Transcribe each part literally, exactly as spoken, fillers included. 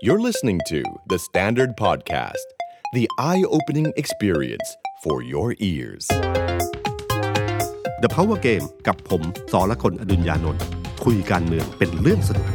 You're listening to The Standard Podcast, the eye-opening experience for your ears. The Power Game กับผมสรกล อดุลยานนท์คุยการเมืองเป็นเรื่องสนุก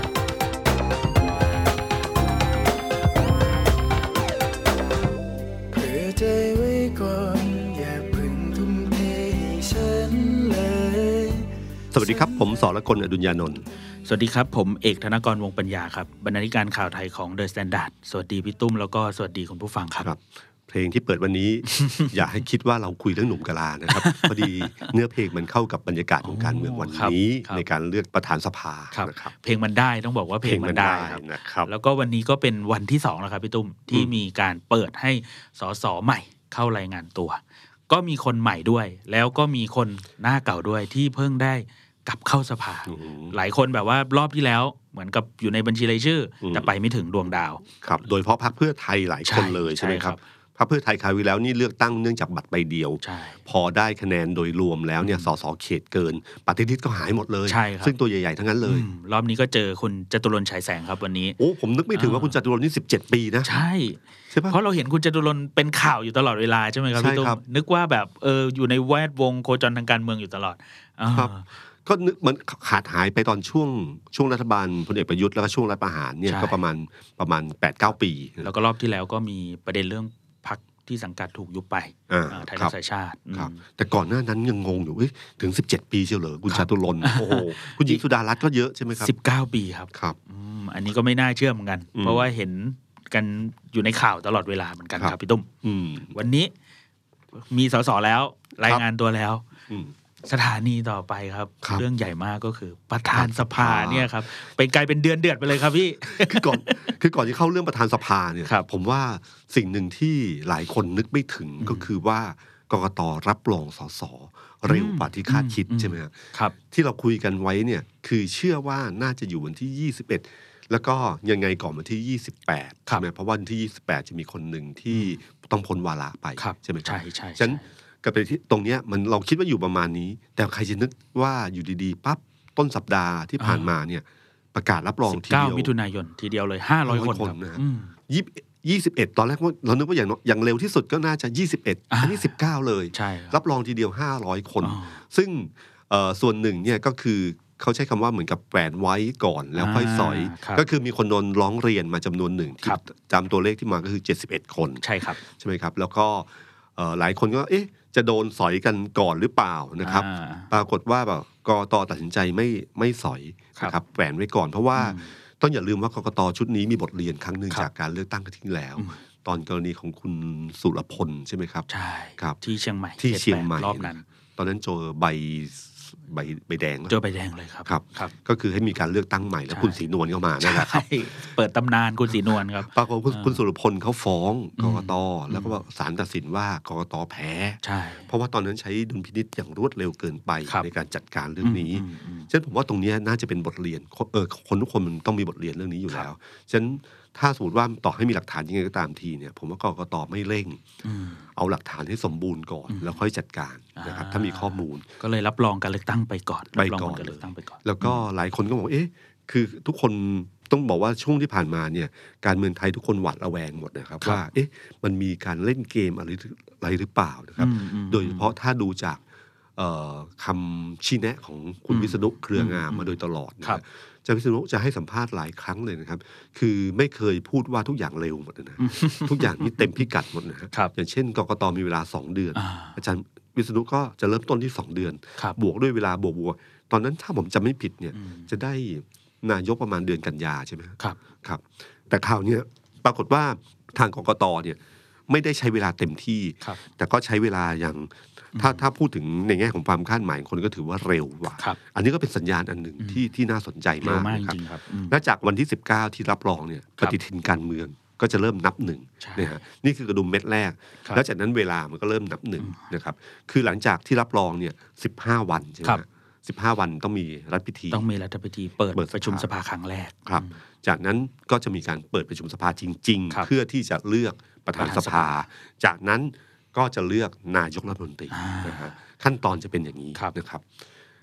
เผื่อใจไว้ก่อนอย่าเพิ่งทุ่มเทให้ฉันเลยสวัสดีครับผมสรกล อดุลยานนท์สวัสดีครับผมเอกธนกรวงศ์ปัญญาครับบรรณาธิการข่าวไทยของ The Standard สวัสดีพี่ตุ้มแล้วก็สวัสดีคุณผู้ฟังครับครับเพลงที่เปิดวันนี้ อย่าให้คิดว่าเราคุยเรื่องหนุ่มกะลานะครับ พอดีเนื้อเพลงมันเข้ากับบรรยากาศของการเมืองวันนี้ในการเลือกประธานสภานะครับเพลงมันได้ต้องบอกว่าเพลงมันได้นะครับแล้วก็วันนี้ก็เป็นวันที่สองแล้วครับพี่ตุ้มที่มีการเปิดให้สสใหม่เข้ารายงานตัวก็มีคนใหม่ด้วยแล้วก็มีคนหน้าเก่าด้วยที่เพิ่งได้กลับเข้าสภาหลายคนแบบว่ารอบที่แล้วเหมือนกับอยู่ในบัญชีรายชื่อแต่ไปไม่ถึงดวงดาวครับโดยเฉพาะพรรคเพื่อไทยหลายคนเลยใช่ไหมครับพรรคเพื่อไทยคราวที่แล้วนี่เลือกตั้งเนื่องจากบัตรใบเดียวพอได้คะแนนโดยรวมแล้วเนี่ยสสเขตเกินปฏิทินก็หายหมดเลยซึ่งตัวใหญ่ๆทั้งนั้นเลยรอบนี้ก็เจอคุณจตุรนต์ฉายแสงครับวันนี้โอ้ผมนึกไม่ถึงว่าคุณจตุรนต์นี่สิบเจ็ดปีนะใช่เพราะเราเห็นคุณจตุรนต์เป็นข่าวอยู่ตลอดเวลาใช่ไหมครับพี่ตุ้มนึกว่าแบบเอออยู่ในแวดวงโคจรทางการเมืองอยู่ตลอดครับก็นึกเหมือนขาดหายไปตอนช่วงช่วงรัฐบาลพลเอกประยุทธ์แล้วก็ช่วงรัฐประหารเนี่ยก็ประมาณประมาณ แปดเก้า ปีแล้วก็รอบที่แล้วก็มีประเด็นเรื่องพรรคที่สังกัดถูกยุบไปไทยรักษาชาติครับแต่ก่อนหน้านั้นยังงงอยู่ถึงสิบเจ็ดปีเชียวเหรอคุณจตุรนต์โอ้โหคุณหญิงสุดารัตน์ก็เยอะใช่ไหมครับสิบเก้าปีครับครับอันนี้ก็ไม่น่าเชื่อเหมือนกันเพราะว่าเห็นกันอยู่ในข่าวตลอดเวลาเหมือนกันครับพี่ตุ้มวันนี้มีสสแล้วรายงานตัวแล้วสถานีต่อไปครับเรื่องใหญ่มากก็คือประธานสภาเนี่ยครับเป็นกลายเป็นเดือนเดือดไปเลยครับพี่คือก่อนคือก่อนที่เข้าเรื่องประธานสภาเนี่ยผมว่าสิ่งหนึ่งที่หลายคนนึกไม่ถึงก็คือว่ากกต.รับรองสสเร็วกว่าที่คาดคิดใช่ไหมครับที่เราคุยกันไว้เนี่ยคือเชื่อว่าน่าจะอยู่วันที่ยี่สิบเอ็ดแล้วก็ยังไงก่อนวันที่ยี่สิบแปดใช่ไหมเพราะวันที่ยี่สิบแปดจะมีคนหนึ่งที่ต้องพ้นวาระไปใช่ไหมใช่ใช่ฉะนั้นกับไปที่ตรงเนี้ยมันเราคิดว่าอยู่ประมาณนี้แต่ใครจะนึกว่าอยู่ดีๆปั๊บต้นสัปดาห์ที่ผ่านมาเนี่ยประกาศรับรองทีเดียวสิบเก้ามิถุนายนทีเดียวเลยห้าร้อยคนนะยี่ยี่สิบเอ็ดตอนแรกเรานึกว่าอย่างอย่างเร็วที่สุดก็น่าจะยี่สิบเอ็ดอันนี้สิบเก้าเลยรับรองทีเดียวห้าร้อยคนซึ่งเอ่อส่วนหนึ่งเนี่ยก็คือเขาใช้คำว่าเหมือนกับแฝงไว้ก่อนแล้วค่อยสอยก็คือมีคนโดนร้องเรียนมาจำนวนหนึ่งที่จำตัวเลขที่มาก็คือเจ็ดสิบเอ็ดคนใช่ครับใช่ไหมครับแล้วก็หลายคนก็เอ๊ะจะโดนสอยกันก่อนหรือเปล่านะครับปรากฏว่าแบบกกต.ตัดสินใจไม่ไม่สอยนะครับแฝงไว้ก่อนเพราะว่าต้องอย่าลืมว่ากกต.ชุดนี้มีบทเรียนครั้งหนึ่งจากการเลือกตั้งครั้งที่แล้วตอนกรณีของคุณสุรพลใช่ไหมครับใช่ครับที่เชียงใหม่ที่เชียงใหม่รอบนั้นตอนนั้นเจอใบใบใบแดงเจอใบแดงเลยครับครับก็คือให้มีการเลือกตั้งใหม่แล้วคุณศรีนวลเข้ามานั่นแหละครับเปิดตำนานคุณศรีนวลครับปรากฏคุณสุรพลเขาฟ้องกกต.แล้วก็ศาลตัดสินว่ากกต.แพ้เพราะว่าตอนนั้นใช้ดุลพินิจอย่างรวดเร็วเกินไปในการจัดการเรื่องนี้ฉะนั้นผมว่าตรงนี้น่าจะเป็นบทเรียนเออคนทุกคนมันต้องมีบทเรียนเรื่องนี้อยู่แล้วฉะนั้นถ้าสมมติว่าต่อให้มีหลักฐานยังไงก็ตามทีเนี่ยผมว่ากกต.ไม่เร่งเอาหลักฐานให้สมบูรณ์ก่อนแล้วค่อยจัดการนะครับถ้ามีข้อมูลก็เลยรับรองการเลือกตั้งไปก่อนไปก่อนแล้วก็หลายคนก็บอกเอ๊ะคือทุกคนต้องบอกว่าช่วงที่ผ่านมาเนี่ยการเมืองไทยทุกคนหวาดระแวงหมดนะครับว่าเอ๊ะมันมีการเล่นเกมอะไรอะไรหรือเปล่านะครับโดยเฉพาะถ้าดูจากคำชี้แนะของคุณวิษณุเครืองามมาโดยตลอดนะครับอาจารย์วิษณุจะให้สัมภาษณ์หลายครั้งเลยนะครับคือไม่เคยพูดว่าทุกอย่างเร็วหมดนะ ทุกอย่างนี่เต็มพิกัดหมดนะครับอย่างเช่นกกต.มีเวลาสองเดือน อ, อาจารย์วิษณุก็จะเริ่มต้นที่สองเดือนบวกด้วยเวลาบวกบวกตอนนั้นถ้าผมจำไม่ผิดเนี่ยจะได้นายกประมาณเดือนกันยาใช่ไหมครับครับแต่ข่าวนี้ปรากฏว่าทางกกต.เนี่ยไม่ได้ใช้เวลาเต็มที่แต่ก็ใช้เวลาอย่างถ้าถ้าพูดถึงในแง่ของความคาดหมายคนก็ถือว่าเร็วกว่าอันนี้ก็เป็นสัญญาณอันหนึ่งที่ที่น่าสนใจมากนะครับและจากวันที่สิบเก้าที่รับรองเนี่ยปฏิทินการเมืองก็จะเริ่มนับหนึ่งนะฮะนี่คือกระดุมเม็ดแรกแล้วจากนั้นเวลามันก็เริ่มนับหนึ่งนะครับคือหลังจากที่รับรองเนี่ยสิบห้าวันใช่ไหมสิบห้าวันต้องมีรัฐพิธีต้องมีรัฐพิธีเปิดประชุมสภาครั้งแรกครับจากนั้นก็จะมีการเปิดประชุมสภาจริงๆเพื่อที่จะเลือกประธานสภาจากนั้นก็จะเลือกนายกรัฐมนตรีนะฮะขั้นตอนจะเป็นอย่างนี้นะครับ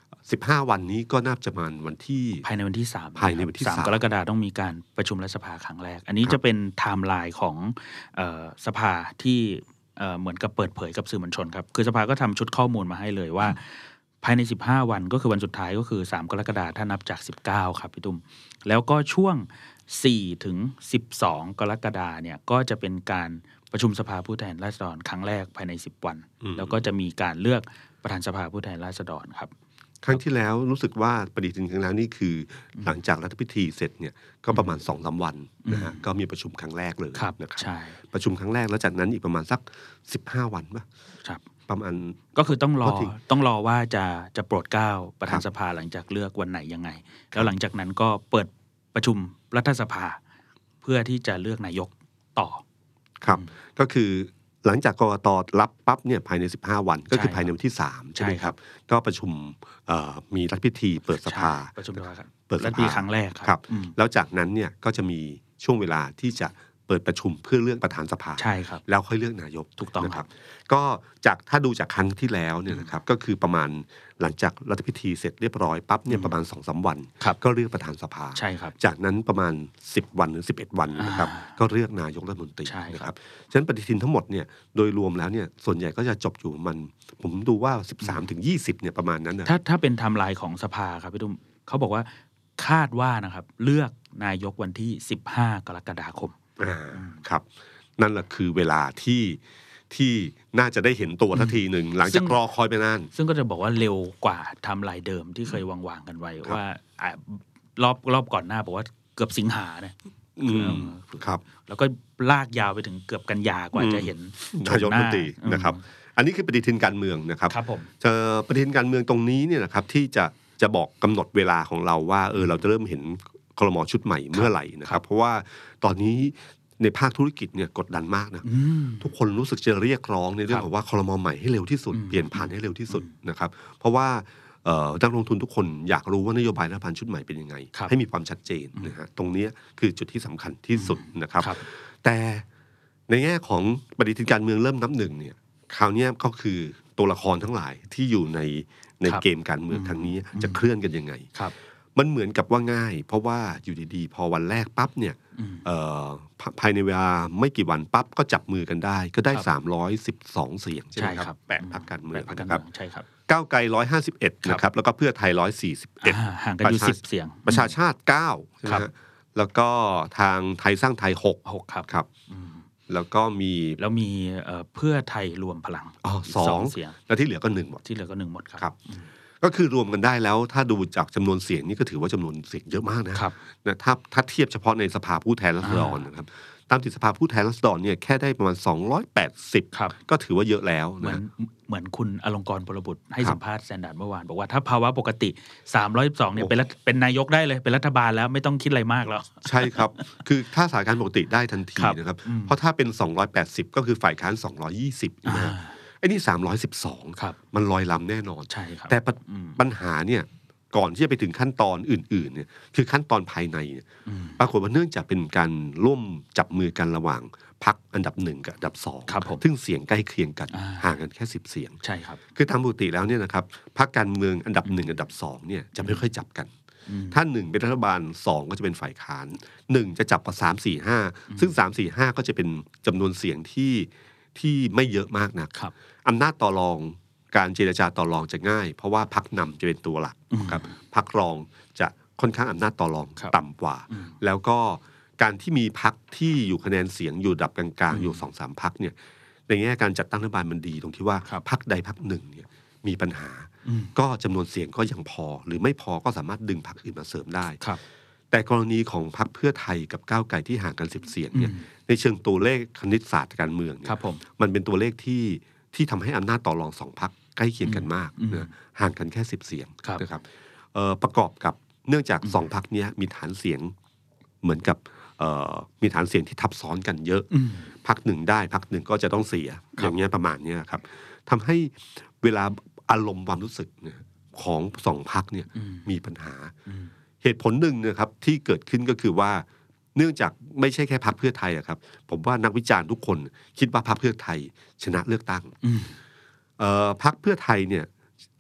สิบห้าวันนี้ก็น่าจะมาวันที่ภายในวันที่สามภายในวันที่สามกรกฎาคมต้องมีการประชุมรัฐสภาครั้งแรกอันนี้จะเป็นไทม์ไลน์ของเอ่อสภาที่เอ่อเหมือนกับเปิดเผยกับสื่อมวลชนครับคือสภาก็ทำชุดข้อมูลมาให้เลยว่าภายในสิบห้าวันก็คือวันสุดท้ายก็คือสามกรกฎาคมถ้านับจากสิบเก้าครับพี่ตุ้มแล้วก็ช่วงสี่ถึงสิบสองกรกฎาคมเนี่ยก็จะเป็นการประชุมสภาผู้แทนราษฎรครั้งแรกภายในสิบวันแล้วก็จะมีการเลือกประธานสภาผู้แทนราษฎรครับครั้งที่แล้วรู้สึกว่าปฏิทินครั้งแล้วนี่คือหลังจากรัฐพิธีเสร็จเนี่ยก็ประมาณ สองถึงสาม วันนะฮะก็มีประชุมครั้งแรกเลยนะครับใช่ประชุมครั้งแรกแล้วจากนั้นอีกประมาณสักสิบห้าวันป่ะครับประมาณก็คือต้องรอต้องรอว่าจะจะโปรดเกล้าประธานสภาหลังจากเลือกวันไหนยังไงแล้วหลังจากนั้นก็เปิดประชุมรัฐสภาเพื่อที่จะเลือกนายกต่อครับก็คือหลังจากกกต.รับปั๊บเนี่ยภายในสิบห้าวันก็คือภายในวันที่สามใช่ไหมครับก็ประชุมมีรัฐพิธีเปิดสภาประชุมสภาเปิดสภาครั้งแรกครับแล้วจากนั้นเนี่ยก็จะมีช่วงเวลาที่จะเปิดประชุมเพื่อเลือกประธานสภาใช่ครับแล้วค่อยเลือกนายกถูกต้องนะครับก็จากถ้าดูจากครั้งที่แล้วเนี่ยนะครับก็คือประมาณหลังจากรัฐพิธีเสร็จเรียบร้อยปั๊บเนี่ยประมาณ สองถึงสาม วันก็เลือกประธานสภาใช่ครับจากนั้นประมาณสิบวันหรือสิบเอ็ดวันนะครับก็เลือกนายกรัฐมนตรีนะครับฉะนั้นปฏิทินทั้งหมดเนี่ยโดยรวมแล้วเนี่ยส่วนใหญ่ก็จะจบอยู่มันผมดูว่า สิบสามถึงยี่สิบ เนี่ยประมาณนั้นนะถ้าถ้าเป็นไทม์ไลน์ของสภาครับพี่ตุ้มเขาบอกว่าคาดว่านะครับเลือกนายกวันที่สิบห้ากรกฎาคมอ่าครับนั่นแหละคือเวลาที่ที่น่าจะได้เห็นตัวทันทีหนึ่งหลังจากรอคอยไปนานซึ่งก็จะบอกว่าเร็วกว่าไทม์ไลน์เดิมที่เคยวางวางกันไว้ว่ารอบรอบก่อนหน้าบอกว่าเกือบสิงหาเนี่ยครับแล้วก็ลากยาวไปถึงเกือบกันยากว่าจะเห็นนายกรัฐมนตรีนะครับอันนี้คือปฏิทินการเมืองนะครับครับผมจะปฏิทินการเมืองตรงนี้เนี่ยนะครับที่จะจะบอกกำหนดเวลาของเราว่าเออเราจะเริ่มเห็นครม.ชุดใหม่เมื่อไหร่นะครับเพราะว่าตอนนี้ในภาคธุรกิจเนี่ยกดดันมากนะทุกคนรู้สึกจะเรียกร้องในเรื่องของว่าครม.ใหม่ให้เร็วที่สุดเปลี่ยนผ่านให้เร็วที่สุดนะครับเพราะว่านักลงทุนทุกคนอยากรู้ว่านโยบายรัฐบาลชุดใหม่เป็นยังไงให้มีความชัดเจนนะฮะตรงนี้คือจุดที่สำคัญที่สุดนะครับแต่ในแง่ของปฏิทินการเมืองเริ่มนับหนึ่งเนี่ยคราวนี้ก็คือตัวละครทั้งหลายที่อยู่ในในเกมการเมืองครั้งนี้จะเคลื่อนกันยังไงมันเหมือนกับว่าง่ายเพราะว่าอยู่ดีๆพอวันแรกปั๊บเนี่ยภายในเวลาไม่กี่วันปั๊บก็จับมือกันได้ก็ได้สามร้อยสิบสองเสียงใช่ไหมครับแปดพรรคการเมืองนะครับใช่ครับก้าวไกลหนึ่งร้อยห้าสิบเอ็ดนะครับแล้วก็เพื่อไทยหนึ่งร้อยสี่สิบเอ็ดห่างกันอยู่สิบเสียงประชาชาติเก้าใช่ไหมแล้วก็ทางไทยสร้างไทยหกหกครับครับแล้วก็มีแล้วมีเพื่อไทยรวมพลังอ๋อสองเสียงแล้วที่เหลือก็หนึ่งหมดที่เหลือก็หนึ่งหมดครับก็คือรวมกันได้แล้วถ้าดูจากจำนวนเสียงนี่ก็ถือว่าจำนวนเสียงเยอะมากนะครับนะถ้าถ้าเทียบเฉพาะในสภาผู้แทนราษฎรนะครับตามที่สภาผู้แทนราษฎรเนี่ยแค่ได้ประมาณสองร้อยแปดสิบก็ถือว่าเยอะแล้วเหมือนเหมือนคุณอลงกรณ์พลบุตรให้สัมภาษณ์สแตนดาร์ดเมื่อวานบอกว่าถ้าภาวะปกติสามร้อยสิบสองเนี่ยเป็นเป็นนายกได้เลยเป็นรัฐบาลแล้วไม่ต้องคิดอะไรมากแล้วใช่ครับคือถ้าสถานการณ์ปกติได้ทันทีนะครับเพราะถ้าเป็นสองร้อยแปดสิบก็คือฝ่ายค้านสองร้อยยี่สิบนะไอ้นี่สามร้อยสิบสองมันลอยลำแน่นอนใช่ครับแต่ปัญหาเนี่ยก่อนที่จะไปถึงขั้นตอนอื่นๆเนี่ยคือขั้นตอนภายในเนี่ยปรากฏว่าเนื่องจากเป็นการร่วมจับมือกันระหว่างพรรคอันดับหนึ่งกับอันดับสองซึ่งเสียงใกล้เคียงกันห่างกันแค่สิบเสียงใช่ครับคือตามปกติแล้วเนี่ยนะครับพรรคการเมืองอันดับหนึ่งอันดับสองเนี่ยจะไม่ค่อยจับกันถ้าหนึ่งเป็นรัฐบาลสองก็จะเป็นฝ่ายค้านหนึ่งจะจับกับสามสี่ห้าซึ่งสามสี่ห้าก็จะเป็นจำนวนเสียงที่ที่ไม่เยอะมากนะครับอำนาจต่อรองการเจรจาต่อรองจะง่ายเพราะว่าพรรคนำจะเป็นตัวหลักครับพรรครองจะค่อนข้างอำนาจต่อรองต่ำกว่าแล้วก็การที่มีพรรคที่อยู่คะแนนเสียงอยู่ดับกลางๆอยู่สองสามพรรคเนี่ยในแง่การจัดตั้งรัฐบาลมันดีตรงที่ว่าพรรคใดพรรคหนึ่งเนี่ยมีปัญหาก็จำนวนเสียงก็ยังพอหรือไม่พอก็สามารถดึงพรรคอื่นมาเสริมได้แต่กรณีของพรรคเพื่อไทยกับก้าวไกลที่ห่างกันสิบเสียงเนี่ยในเชิงตัวเลขคณิตศาสตร์การเมืองเนี่ยมันเป็นตัวเลขที่ที่ทำให้อำนาจต่อรองสองพรรคใกล้เคียงกันมากนะห่างกันแค่สิบเสียงนะครับประกอบกับเนื่องจากสองพรรคนี้มีฐานเสียงเหมือนกับมีฐานเสียงที่ทับซ้อนกันเยอะพรรคหนึ่งได้พรรคหนึ่งก็จะต้องเสียอย่างเงี้ยประมาณนี้ครับทำให้เวลาอารมณ์ความรู้สึกของสองพรรคเนี่ยมีปัญหาเหตุผลหนึ่งนะครับที่เกิดขึ้นก็คือว่าเนื่องจากไม่ใช่แค่พรรคเพื่อไทยอะครับผมว่านักวิจารณ์ทุกคนคิดว่าพรรคเพื่อไทยชนะเลือกตั้งพรรคเพื่อไทยเนี่ย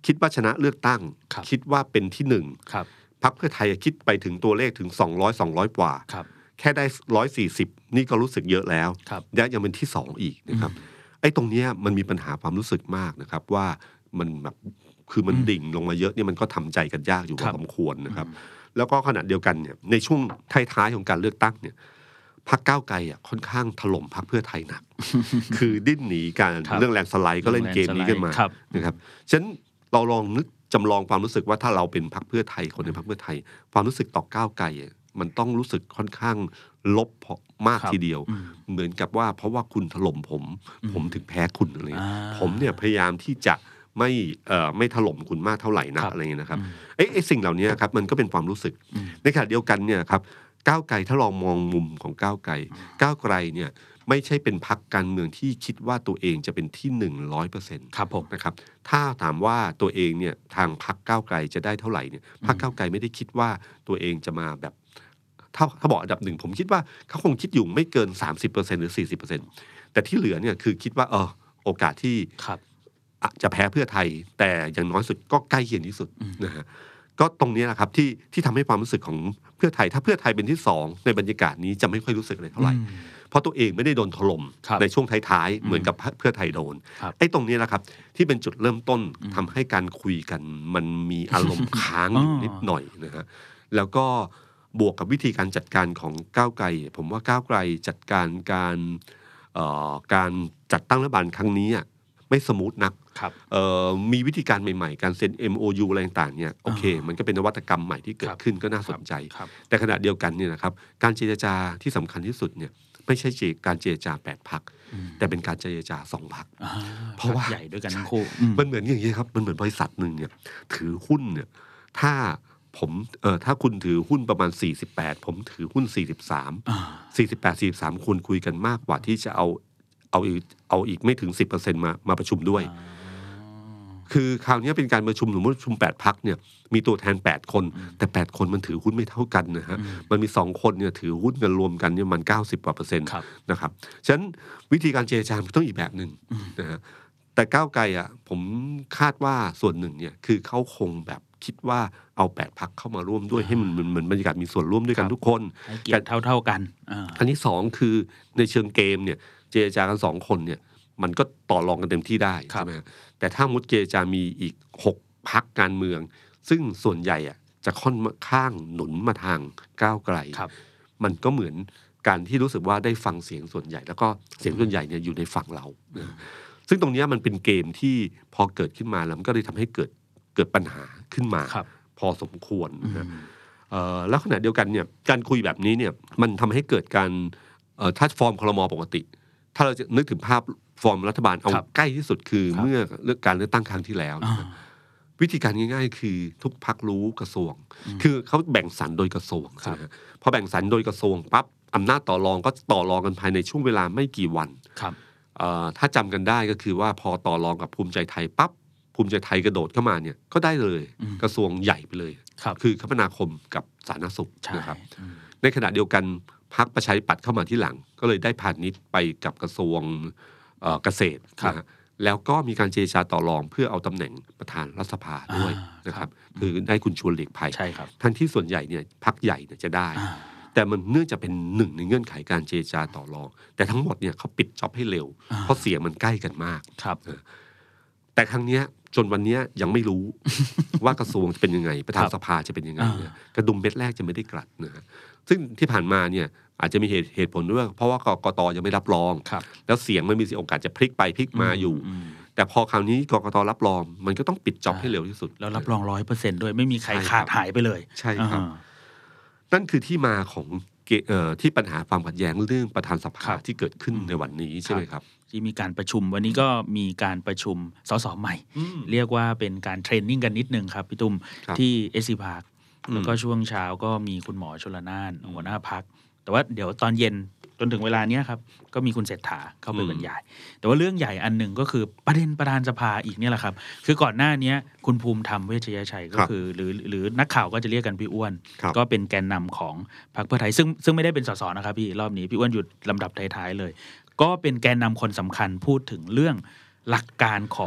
คิดว่าชนะเลือกตั้งคิดว่าเป็นที่หนึ่งพรรคเพื่อไทยคิดไปถึงตัวเลขถึงสองร้อย สองร้อยกว่าแค่ได้หนึ่งร้อยสี่สิบนี่ก็รู้สึกเยอะแล้วและยังเป็นที่สองอีกนะครับไอ้ตรงนี้มันมีปัญหาความรู้สึกมากนะครับว่ามันแบบคือมันดิ่งลงมาเยอะเนี่ยมันก็ทำใจกันยากอยู่พอสมควรนะครับแล้วก็ขณะเดียวกันเนี่ยในช่วงท้ายๆของการเลือกตั้งเนี่ยพรรคก้าวไกลอ่ะค่อนข้างถล่มพรรคเพื่อไทยหนัก คือดิ้นหนีการเรื่องแลนด์สไลด์ก็เล่นเกมนี้ขึ้นมานะครับฉะนั้นเราลองนึกจำลองความรู้สึกว่าถ้าเราเป็นพรรคเพื่อไทยคนในพรรคเพื่อไทยความรู้สึกต่อก้าวไกลมันต้องรู้สึกค่อนข้างลบมากทีเดียวเหมือนกับว่าเพราะว่าคุณถล่มผมผมถึงแพ้คุณอะไรผมเนี่ยพยายามที่จะไม่เอ่อไม่ถล่มคุณมากเท่าไหร่นะอะไรเงี้ยนะครับไอ้ไอ้สิ่งเหล่านี้ครับมันก็เป็นความรู้สึกในขณะเดียวกันเนี่ยครับก้าวไกลถ้าลองมองมุมของก้าวไกลก้าวไกลเนี่ยไม่ใช่เป็นพรรคการเมืองที่คิดว่าตัวเองจะเป็นที่หนึ่งร้อยเปอร์เซ็นต์ครับผมนะครับถ้าถามว่าตัวเองเนี่ยทางพรรคก้าวไกลจะได้เท่าไหร่เนี่ยพรรคก้าวไกลไม่ได้คิดว่าตัวเองจะมาแบบถ้าเขาบอกอันดับหนึ่งผมคิดว่าเขาคงคิดอยู่ไม่เกิน สามสิบเปอร์เซ็นต์ หรือ สี่สิบเปอร์เซ็นต์ แต่ที่เหลือเนี่ยคือคิดว่าเออโอกาสที่จะแพ้เพื่อไทยแต่อย่างน้อยสุดก็ใกล้เคียงที่สุดนะฮะก็ตรงนี้แหละครับที่ที่ทำให้ความรู้สึกของเพื่อไทยถ้าเพื่อไทยเป็นที่สองในบรรยากาศนี้จะไม่ค่อยรู้สึกอะไรเท่าไหร่เพราะตัวเองไม่ได้โดนถล่มในช่วงท้ายๆเหมือนกับเพื่อไทยโดนไอ้ตรงนี้แหละครับที่เป็นจุดเริ่มต้นทำให้การคุยกันมันมีอารมณ์ค้างอยู่นิดหน่อยนะฮะแล้วก็บวกกับวิธีการจัดการของก้าวไกลผมว่าก้าวไกลจัดการการเอ่อการจัดตั้งรัฐบาลครั้งนี้ไม่สมูทนักมีวิธีการใหม่ๆการเซ็น เอ็ม โอ ยู อะไรต่างๆเนี่ยโอเคมันก็เป็นนวัตกรรมใหม่ที่เกิดขึ้นก็น่าสนใจแต่ขณะเดียวกันเนี่ยนะครับการเจรจาที่สำคัญที่สุดเนี่ยไม่ใช่การเจรจาแปดพรรคแต่เป็นการเจรจาสองพรรคเพราะว่าใหญ่ด้วยกันทั้งคู่มันเหมือนอย่างนี้ครับมันเหมือนบริษัทนึงเนี่ยถือหุ้นเนี่ยถ้าผมเอ่อถ้าคุณถือหุ้นประมาณสี่สิบแปดผมถือหุ้นสี่สิบสาม สี่สิบแปด สี่สิบสามคุณคุยกันมากกว่าที่จะเอาเอาอีกเอาอีกไม่ถึง สิบเปอร์เซ็นต์ มามาประชุมด้วยคือคราวนี้เป็นการประชุมสมมติประชุมแปดพรรคเนี่ยมีตัวแทนแปดคนแต่แปดคนมันถือหุ้นไม่เท่ากันนะฮะมันมีสองคนเนี่ยถือหุ้นกันรวมกันเนี่ยมันเก้าสิบกว่าเปอร์เซ็นต์นะครับฉะนั้นวิธีการเจรจาต้องอีกแบบนึงนะฮะแต่ก้าวไกลอ่ะผมคาดว่าส่วนหนึ่งเนี่ยคือเขาคงแบบคิดว่าเอาแปดพรรคเข้ามาร่วมด้วยให้มันเหมือนบรรยากาศมีส่วนร่วมด้วยกันทุกคนกันเท่าๆกันอันที่สองคือในเชิงเกมเนี่ยเจรจากันสองคนเนี่ยมันก็ต่อรองกันเต็มที่ได้ใช่ไหมแต่ถ้ามุดเจรจามีอีกหกพรรคการเมืองซึ่งส่วนใหญ่อ่ะจะค่อนข้างหนุนมาทางก้าวไกลมันก็เหมือนการที่รู้สึกว่าได้ฟังเสียงส่วนใหญ่แล้วก็เสียงส่วนใหญ่เนี่ยอยู่ในฝั่งเราซึ่งตรงนี้มันเป็นเกมที่พอเกิดขึ้นมาแล้วมันก็เลยทำให้เกิดเกิดปัญหาขึ้นมาพอสมควรนะแล้วขณะเดียวกันเนี่ยการคุยแบบนี้เนี่ยมันทำให้เกิดการถ้าฟอร์มครม.ปกติถ้าเราจะนึกถึงภาพฟอร์มรัฐบาลเอาใกล้ที่สุดคือเมื่อเลือกการเลือกตั้งครั้งที่แล้ววิธีการง่ายๆคือทุกพรรครู้กระทรวงคือเขาแบ่งสรรโดยกระทรวงนะพอแบ่งสรรโดยกระทรวงปั๊บอำนาจต่อรองก็ต่อรองกันภายในช่วงเวลาไม่กี่วันถ้าจำกันได้ก็คือว่าพอต่อรองกับภูมิใจไทยปั๊บภูมิใจไทยกระโดดเข้ามาเนี่ยก็ได้เลยกระทรวงใหญ่ไปเลยคือคมนาคมกับสาธารณสุขนะครับในขณะเดียวกันพรรคประชาธิปัตย์เข้ามาที่หลังก็เลยได้พาณิชย์ไปกับกระทรวงเกษตรนะแล้วก็มีการเจรจาต่อรองเพื่อเอาตำแหน่งประธานรัฐสภาด้วยนะครับคือได้คุณชวนหลีกภัยทั้งที่ส่วนใหญ่เนี่ยพรรคใหญ่เนี่ยจะได้แต่มันเนื่องจากเป็นหนึ่งในเงื่อนไขการเจรจาต่อรองแต่ทั้งหมดเนี่ยเขาปิดจ็อบให้เร็วเพราะเสียงมันใกล้กันมากแต่ครั้งนี้จนวันนี้ยังไม่รู้ ว่ากระทรวงจะเป็นยังไงประธานสภาจะเป็นยังไงเนี่ยกระดุมเม็ดแรกจะไม่ได้กลัดนะซึ่งที่ผ่านมาเนี่ยอาจจะมีเหตุเหตุผลด้วยเพราะว่ากกต.ยังไม่รับรองแล้วเสียงมันมีโอกาสจะพลิกไปพลิกมาอยู่แต่พอคราวนี้กกต.รับรองมันก็ต้องปิดจ็อบให้เร็วที่สุดแล้วรับรองร้อยเปอร์เซ็นต์ด้วยไม่มีใครขาดหายไปเลยใช่ครับนั่นคือที่มาของที่ปัญหาความขัดแย้งเรื่องประธานสภาที่เกิดขึ้นในวันนี้ใช่ไหมครับที่มีการประชุมวันนี้ก็มีการประชุมสสใหม่เรียกว่าเป็นการเทรนนิ่งกันนิดนึงครับพี่ตุ้มที่เอสซีพาร์คแล้วก็ช่วงเช้าก็มีคุณหมอชลน่านหัวหน้าพรรคแต่ว่าเดี๋ยวตอนเย็นจนถึงเวลาเนี้ยครับก็มีคุณเศรษฐาเข้าไปบรรยายแต่ว่าเรื่องใหญ่อันหนึ่งก็คือประเด็นประธานสภาอีกเนี่ยแหละครับคือก่อนหน้านี้คุณภูมิธรรมเวชยชัยก็คือหรือหรือนักข่าวก็จะเรียกกันพี่อ้วนก็เป็นแกนนำของพรรคเพื่อไทยซึ่งซึ่งไม่ได้เป็นสสนะครับพี่รอบนี้พี่อ้วนหยุดลำดับท้ายๆเลยก็เป็นแกนนำคนสำคัญพูดถึงเรื่องหลักการของ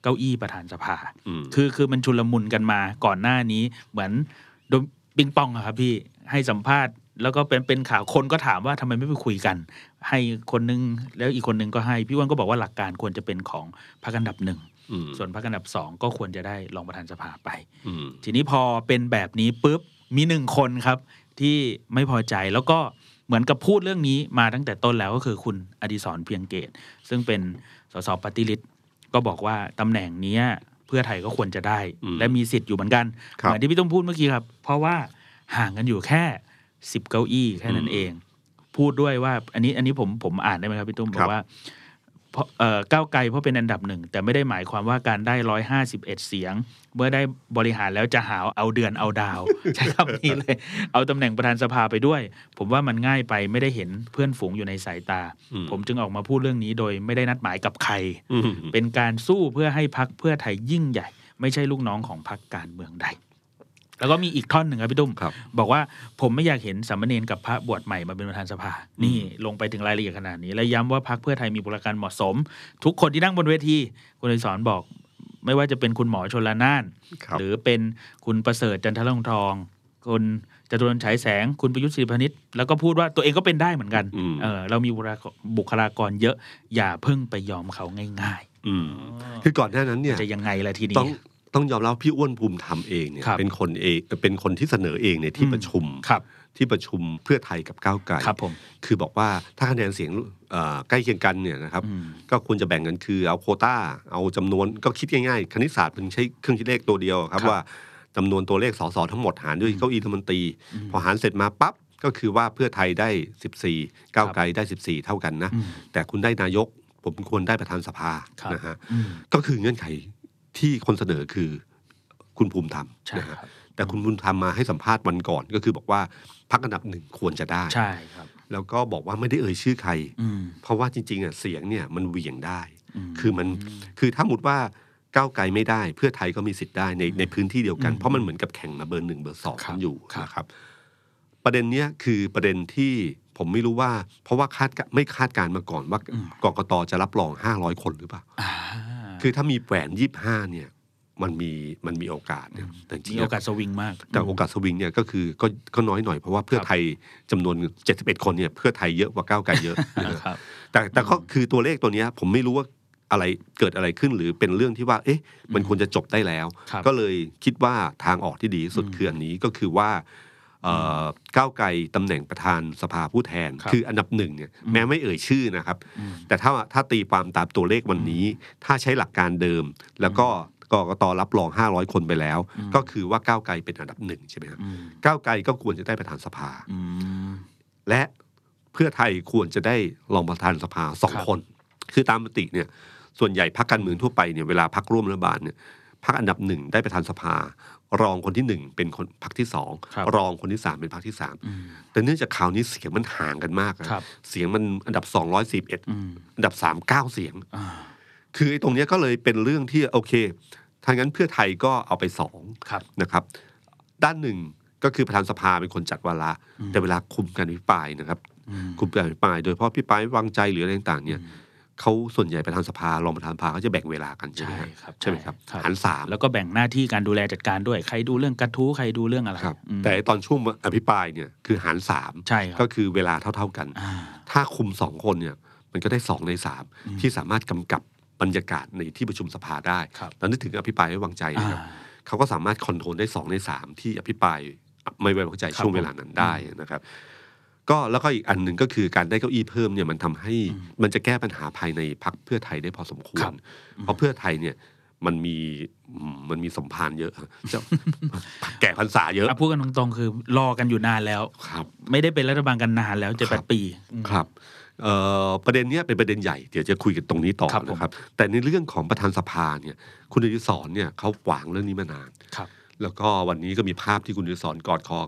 ก้าอี้ประธานสภาคือคือมันชุลมุนกันมาก่อนหน้านี้เหมือนโดนปิงปองอะครับพี่ให้สัมภาษณ์แล้วก็เป็นเป็นข่าวคนก็ถามว่าทำไมไม่ไปคุยกันให้คนนึงแล้วอีกคนนึงก็ให้พี่อ้วนก็บอกว่าหลักการควรจะเป็นของพรรคอันดับหนึ่งส่วนพรรคอันดับสองก็ควรจะได้รองประธานสภาไปทีนี้พอเป็นแบบนี้ปุ๊บมีหนึ่งคนครับที่ไม่พอใจแล้วก็เหมือนกับพูดเรื่องนี้มาตั้งแต่ต้นแล้วก็คือคุณอดิศรเพียงเกตซึ่งเป็นสสปฏิริษีก็บอกว่าตำแหน่งนี้เพื่อไทยก็ควรจะได้และมีสิทธิ์อยู่เหมือนกันเหมือนที่พี่ต้องพูดเมื่อกี้ครับเพราะว่าห่างกันอยู่แค่สิบเก้าอี้แค่นั้นเองพูดด้วยว่าอันนี้อันนี้ผมผมอ่านได้ไหมครับพี่ตุ้มบอกว่าเพราะเอ่อก้าวไกลเพราะเป็นอันดับหนึ่งแต่ไม่ได้หมายความว่าการได้หนึ่งร้อยห้าสิบเอ็ดเสียงเมื่อได้บริหารแล้วจะหาเอาเดือนเอาดาว ใช้คำนี้เลยเอาตำแหน่งประธานสภาไปด้วยผมว่ามันง่ายไปไม่ได้เห็นเพื่อนฝูงอยู่ในสายตาผมจึงออกมาพูดเรื่องนี้โดยไม่ได้นัดหมายกับใครเป็นการสู้เพื่อให้พรรคเพื่อไทยยิ่งใหญ่ไม่ใช่ลูกน้องของพรรคการเมืองใดแล้วก็มีอีกท่อนหนึ่งครับพี่ตุ้มบอกว่าผมไม่อยากเห็นสามเณรกับพระบวชใหม่มาเป็นประธานสภานี่ลงไปถึงรายละเอียดขนาดนี้และย้ำว่าพรรคเพื่อไทยมีบุคลากรเหมาะสมทุกคนที่นั่งบนเวทีคุณอดิศรบอกไม่ว่าจะเป็นคุณหมอชลน่านหรือเป็นคุณประเสริฐจันทร์ทองคุณจตุรนต์ฉายแสงคุณประยุทธ์ศรีพนิษฐ์แล้วก็พูดว่าตัวเองก็เป็นได้เหมือนกันเออเรามีบุคลากรเยอะอย่าเพิ่งไปยอมเขาง่ายๆคือก่อนหน้านั้นเนี่ยจะยังไงล่ะทีนี้ต้องยอมรับพี่อ้วนภูมิธรรมเองเนี่ยเป็นคนเองเป็นคนที่เสนอเองในที่ประชุมที่ประชุมเพื่อไทยกับก้าวไกลคือบอกว่าถ้าคะแนนเสียงใกล้เคียงกันเนี่ยนะครับก็ควรจะแบ่งกันคือเอาโควต้าเอาจำนวนก็คิดง่ายๆคณิตศาสตร์เป็นใช้เครื่องคิดเลขตัวเดียวครับว่าจำนวนตัวเลขสสทั้งหมดหารด้วยเก้าอี้รัฐมนตรีพอหารเสร็จมาปั๊บก็คือว่าเพื่อไทยได้สิบสี่ก้าวไกลได้สิบสี่เท่ากันนะแต่คุณได้นายกผมควรได้ประธานสภานะฮะก็คือเงื่อนไขที่คนเสนอคือคุณภูมิธรรมนะฮะแต่คุณภูมิธรรมมาให้สัมภาษณ์วันก่อนก็คือบอกว่าพรรคอันดับหนึ่งควรจะได้ใช่ครับแล้วก็บอกว่าไม่ได้เอ่ยชื่อใครเพราะว่าจริงๆอ่ะเสียงเนี่ยมันเหวี่ยงได้คือมันคือถ้าสมมติว่าก้าวไกลไม่ได้เพื่อไทยก็มีสิทธิ์ได้ในในพื้นที่เดียวกันเพราะมันเหมือนกับแข่งมาเบอร์หนึ่งเบอร์สองกันอยู่นะครับประเด็นเนี้ยคือประเด็นที่ผมไม่รู้ว่าเพราะว่าคาดไม่คาดการมาก่อนว่ากกตจะรับรองห้าร้อยคนหรือเปล่าคือถ้ามีแหวนยี่สิบห้าเนี่ยมันมีมันมีโอกาสเนี่ยแต่จริงมีโอกาสสวิงมากแต่โอกาสสวิงเนี่ยก็คือก็ก็น้อยหน่อยเพราะว่าเพื่อไทยจำนวนเจ็ดสิบเอ็ดคนเนี่ยเพื่อไทยเยอะกว่าก้าวไกลเยอะนะครับแต่แต่ก็คือตัวเลขตัวนี้ผมไม่รู้ว่าอะไรเกิดอะไรขึ้นหรือเป็นเรื่องที่ว่าเอ๊ะมันควรจะจบได้แล้วก็เลยคิดว่าทางออกที่ดีสุดคืออันนี้ก็คือว่าก้าวไกลตำแหน่งประธานสภาผู้แทนคืออันดับหนึ่งเนี่ยแม้ไม่เอ่ยชื่อนะครับแต่ถ้าถ้าตีความตามตัวเลขวันนี้ถ้าใช้หลักการเดิมแล้วก็กกตรับรองห้าร้อยคนไปแล้วก็คือว่าก้าวไกลเป็นอันดับหนึ่งใช่ไหมครับก้าวไกลก็ควรจะได้ประธานสภาและเพื่อไทยควรจะได้รองประธานสภาสองคนคือตามมติเนี่ยส่วนใหญ่พรรคการเมืองทั่วไปเนี่ยเวลาพรรคร่วมรัฐบาลเนี่ยพรรคอันดับหนึ่งได้ประธานสภารองคนที่หนึ่งเป็นคนพรรคที่สองรองคนที่สามเป็นพรรคที่สามแต่เนื่องจากคราวนี้เสียงมันห่างกันมากเสียงมันอันดับสองร้อยสิบเอ็ดอันดับสามเก้าเสียงคือตรงนี้ก็เลยเป็นเรื่องที่โอเคถ้างั้นเพื่อไทยก็เอาไปสองนะครับด้านหนึ่งก็คือประธานสภาเป็นคนจัดวาระแต่เวลาคุมการอภิปรายนะครับคุมการอภิปรายโดยเฉพาะอภิปรายไม่วางใจหรืออะไรต่างๆเนี่ยเขาส่วนใหญ่ประธานสภารองประธานสภาเขาจะแบ่งเวลากันใช่ไหมครับใช่ไหมครับหันสามแล้วก็แบ่งหน้าที่การดูแลจัดการด้วยใครดูเรื่องกระทู้ใครดูเรื่องอะไรแต่ตอนช่วงอภิปรายเนี่ยคือหันสามก็คือเวลาเท่าๆกันถ้าคุมสองคนเนี่ยมันก็ได้สองในสามที่สามารถกำกับบรรยากาศในที่ประชุมสภาได้ตอนนี้ถึงอภิปรายไม่วางใจนะครับเขาก็สามารถคอนโทรลได้สองในสามที่อภิปรายไม่ไว้วางใจช่วงเวลานั้นได้นะครับก็แล้วก็อีกอันหนึ่งก็คือการได้เก้าอี้เพิ่มเนี่ยมันทำให้มันจะแก้ปัญหาภายในพรรคเพื่อไทยได้พอสมควรเพราะเพื่อไทยเนี่ยมันมีมันมีสมภารเยอะจะแก่พรรษาเยอะพูดกันตรงๆคือรอกันอยู่นานแล้วไม่ได้เป็นรัฐบาลกันนานแล้วเจ็ดแปดปีครับประเด็นนี้เป็นประเด็นใหญ่เดี๋ยวจะคุยกันตรงนี้ต่อนะครับแต่ในเรื่องของประธานสภาเนี่ยคุณอดิศรเนี่ยเขาหวังเรื่องนี้มานานแล้วก็วันนี้ก็มีภาพที่คุณอดิศรกอดคอกับ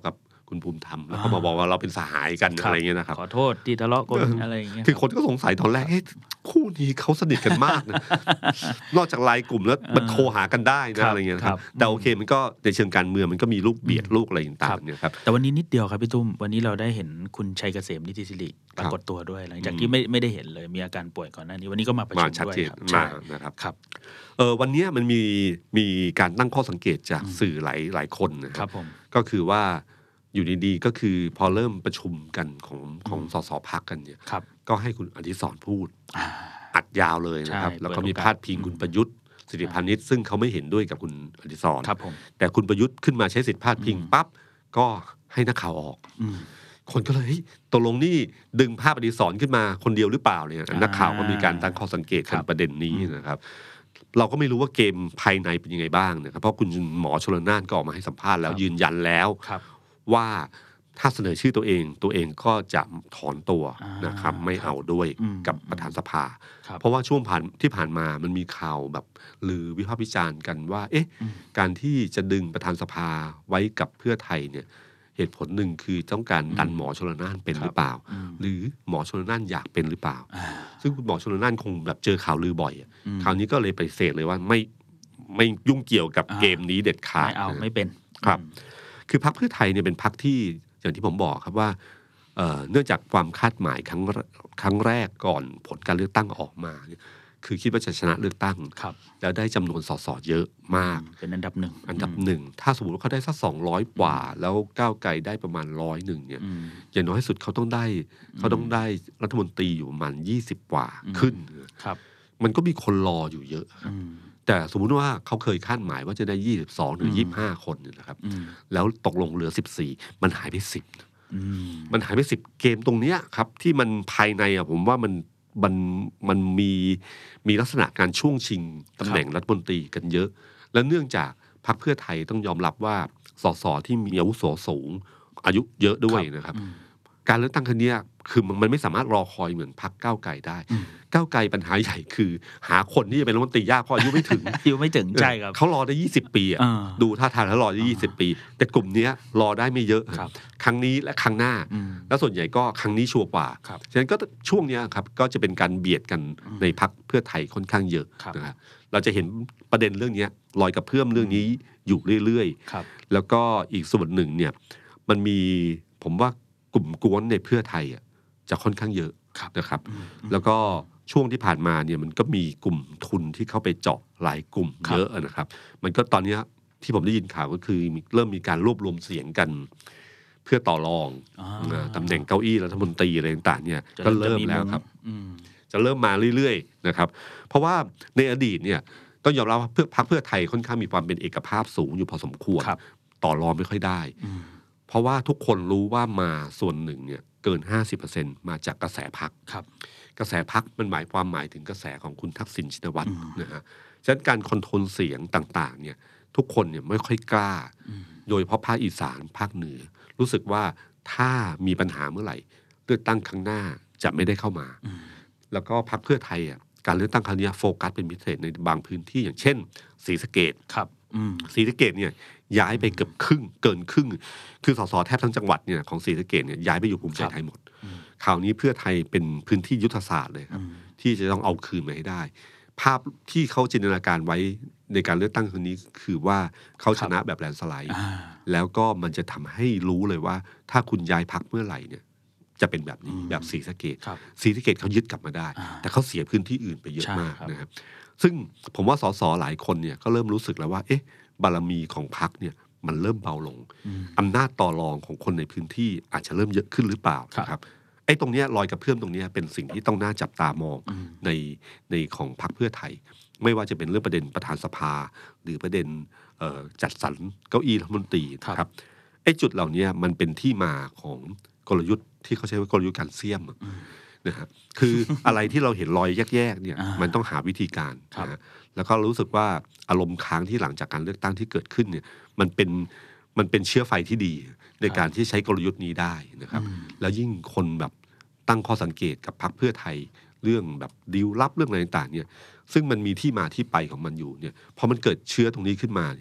คุณภูมิธรรมแล้วก็มาบอกว่าเราเป็นสหายกันอะไรเงี้ยนะครับขอโทษที่ทะเลาะกันอะไรอย่างเงี้ยคือคนก็สงสัยตอนแรกเฮ้ยคู่นี้เขาสนิทกันมากนะนอกจากไลน์กลุ่มแล้วมันโทรหากันได้นะอะไรเงี้ยครับแต่โอเคมันก็ในเชิงการเมืองมันก็มีลูกเบียดลูกอะไรต่างๆเนี่ยครับแต่วันนี้นิดเดียวครับพี่ตุ้มวันนี้เราได้เห็นคุณชัยเกษมนิติศิริปรากฏตัวด้วยหลังจากที่ไม่ไม่ได้เห็นเลยมีอาการป่วยก่อนหน้านี้วันนี้ก็มาประชุมด้วยมานะครับครับเออวันนี้มันมีมีการตั้งข้อสังเกตจากสื่อหลายหลายคนนะครับก็คือว่าอยู่ดีๆก็คือพอเริ่มประชุมกันของของสสพรรคกันเนี่ยก็ให้คุณอดิศรพูดอัดยาวเลยนะครับแล้วก็มีพาดพิงคุณประยุทธ์สิริพานิชซึ่งเขาไม่เห็นด้วยกับคุณอดิศรแต่คุณประยุทธ์ขึ้นมาใช้สิทธิพาดพิงปั๊บก็ให้นักข่าวออกคนก็เลยตกลงนี่ดึงภาพอดิศรขึ้นมาคนเดียวหรือเปล่าเนี่ยนักข่าวก็มีการตั้งข้อสังเกตกันประเด็นนี้นะครับเราก็ไม่รู้ว่าเกมภายในเป็นยังไงบ้างนะครับเพราะคุณหมอชลน่านก็ออกมาให้สัมภาษณ์แล้วยืนยันแล้วว่าถ้าเสนอชื่อตัวเองตัวเองก็จะถอนตัวนะครับไม่เอาด้วยกับประธานสภาเพราะว่าช่วงผ่านที่ผ่านมามันมีข่าวแบบหรือวิพากษ์วิจารณ์กันว่าเอ๊ะการที่จะดึงประธานสภาไว้กับเพื่อไทยเนี่ยเหตุผลหนึ่งคือต้องการดันหมอชลน่านเป็นหรือเปล่าหรือหมอชลน่านอยากเป็นหรือเปล่าซึ่งคุณหมอชลน่านคงแบบเจอข่าวลือบ่อยคราวนี้ก็เลยไปเสกเลยว่าไม่ไม่ยุ่งเกี่ยวกับเกมนี้เด็ดขาดไม่เอาไม่เป็นครับคือพรรคเพื่อไทยเนี่ยเป็นพรรคที่อย่างที่ผมบอกครับว่า เ, เนื่องจากความคาดหมายครั้งครั้งแรกก่อนผลการเลือกตั้งออกมาคือคิดว่าจะชนะเลือกตั้งแล้วได้จำนวนสสเยอะมากเป็นอันดับหนึ่งอันดับหนึ่งถ้าสมมติว่าเขาได้สักสองร้อยกว่าแล้วก้าวไกลได้ประมาณร้อยหนึ่งเนี่ยอย่างน้อยสุดเขาต้องได้เขาต้องได้รัฐมนตรีอยู่ประมาณยี่สิบกว่าขึ้นมันก็มีคนรออยู่เยอะแต่สมมุติว่าเขาเคยคาดหมายว่าจะได้ยี่สิบสองหรือยี่สิบห้าคนนะครับแล้วตกลงเหลือสิบสี่มันหายไปสิบมันหายไปสิบเกมตรงเนี้ยครับที่มันภายในอ่ะผมว่ามันมันมันมีมีลักษณะการช่วงชิงตำแหน่งรัฐมนตรีกันเยอะและเนื่องจากพรรคเพื่อไทยต้องยอมรับว่าสสที่มีอาวุโสสูงอายุเยอะด้วยนะครับการเลือกตั้งครั้งนี้คือมันไม่สามารถรอคอยเหมือนพรรคก้าวไกลได้ก้าวไกลปัญหาใหญ่คือหาคนที่จะเป็นรัฐมนตรียากเพราะอายุไม่ถึงอายุไม่ถึงใช่ครับเขารอได้ยี่สิบปีอ่ะดูท่าทางแล้วรอได้ยี่สิบปีแต่กลุ่มนี้รอได้ไม่เยอะครั้งนี้และครั้งหน้าแล้วส่วนใหญ่ก็ครั้งนี้ชัวร์กว่าฉะนั้นก็ช่วงนี้ครับก็จะเป็นการเบียดกันในพรรคเพื่อไทยค่อนข้างเยอะนะครับเราจะเห็นประเด็นเรื่องนี้ลอยกระเพื่อมเรื่องนี้อยู่เรื่อยๆแล้วก็อีกส่วนหนึ่งเนี่ยมันมีผมว่ากลุ่มกวนในเพื่อไทยอ่ะจะค่อนข้างเยอะนะครับแล้วก็ช่วงที่ผ่านมาเนี่ยมันก็มีกลุ่มทุนที่เข้าไปเจาะหลายกลุ่มเยอะนะครับมันก็ตอนนี้ที่ผมได้ยินข่าวก็คือเริ่มมีการรวบรวมเสียงกันเพื่อต่อรองตำแหน่งเก้าอี้รัฐมนตรีอะไรต่างๆเนี่ยก็เริ่มแล้วครับจะเริ่มมาเรื่อยๆนะครับเพราะว่าในอดีตเนี่ยต้องยอมรับว่าเพื่อพรรคเพื่อไทยค่อนข้างมีความเป็นเอกภาพสูงอยู่พอสมควรต่อรองไม่ค่อยได้เพราะว่าทุกคนรู้ว่ามาส่วนหนึ่งเนี่ยเกิน ห้าสิบเปอร์เซ็นต์ มาจากกระแสพรรคกระแสพรรคมันหมายความหมายถึงกระแสของคุณทักษิณชินวัตรนะฮะฉะนั้นการคอนโทรลเสียงต่างๆเนี่ยทุกคนเนี่ยไม่ค่อยกล้าโดยเฉพาะภาคอีสานภาคเหนือรู้สึกว่าถ้ามีปัญหาเมื่อไหร่เลือกตั้งครั้งหน้าจะไม่ได้เข้ามาแล้วก็พรรคเพื่อไทยอ่ะการเลือกตั้งครั้งนี้โฟกัสเป็นพิเศษในบางพื้นที่อย่างเช่นศรีสะเกษศรีสะเกษเนี่ยย้ายไปเกือบครึ่งเกินครึ่งคือสสแทบทั้งจังหวัดเนี่ยของศรีสะเกษเนี่ยย้ายไปอยู่ภูมิใจไทยหมดคราวนี้เพื่อไทยเป็นพื้นที่ยุทธศาสตร์เลยครับที่จะต้องเอาคืนมาให้ได้ภาพที่เขาจินตนาการไว้ในการเลือกตั้งครั้งนี้คือว่าเขาชนะแบบแลนด์สไลด์แล้วก็มันจะทำให้รู้เลยว่าถ้าคุณย้ายพรรคเมื่อไหร่เนี่ยจะเป็นแบบนี้แบบศรีสะเกษศรีสะเกษเขายึดกลับมาได้แต่เขาเสียพื้นที่อื่นไปเยอะมากนะครับซึ่งผมว่าสสหลายคนเนี่ยก็เริ่มรู้สึกแล้วว่าเอ๊ะบารมีของพรรคเนี่ยมันเริ่มเบาลงอำนาจต่อรองของคนในพื้นที่อาจจะเริ่มเยอะขึ้นหรือเปล่านะครับไอ้ตรงนี้รอยกระเพื่อมตรงนี้เป็นสิ่งที่ต้องน่าจับตามองในในของพรรคเพื่อไทยไม่ว่าจะเป็นเรื่องประเด็นประธานสภาหรือประเด็นจัดสรรเก้าอี้รัฐมนตรีนะครับไอ้จุดเหล่านี้มันเป็นที่มาของกลยุทธ์ที่เขาใช้ว่ากลยุทธ์การเสี่ยมนะครับคืออะไรที่เราเห็นรอยแยกๆเนี่ยมันต้องหาวิธีการนะแล้วก็รู้สึกว่าอารมณ์ค้างที่หลังจากการเลือกตั้งที่เกิดขึ้นเนี่ยมันเป็นมันเป็นเชื้อไฟที่ดีในการที่ใช้กลยุทธ์นี้ได้นะครับแล้วยิ่งคนแบบตั้งข้อสังเกตกับพรรคเพื่อไทยเรื่องแบบดีลลับเรื่องอะไรต่างๆเนี่ยซึ่งมันมีที่มาที่ไปของมันอยู่เนี่ยพอมันเกิดเชื้อตรงนี้ขึ้นมาเนี่ย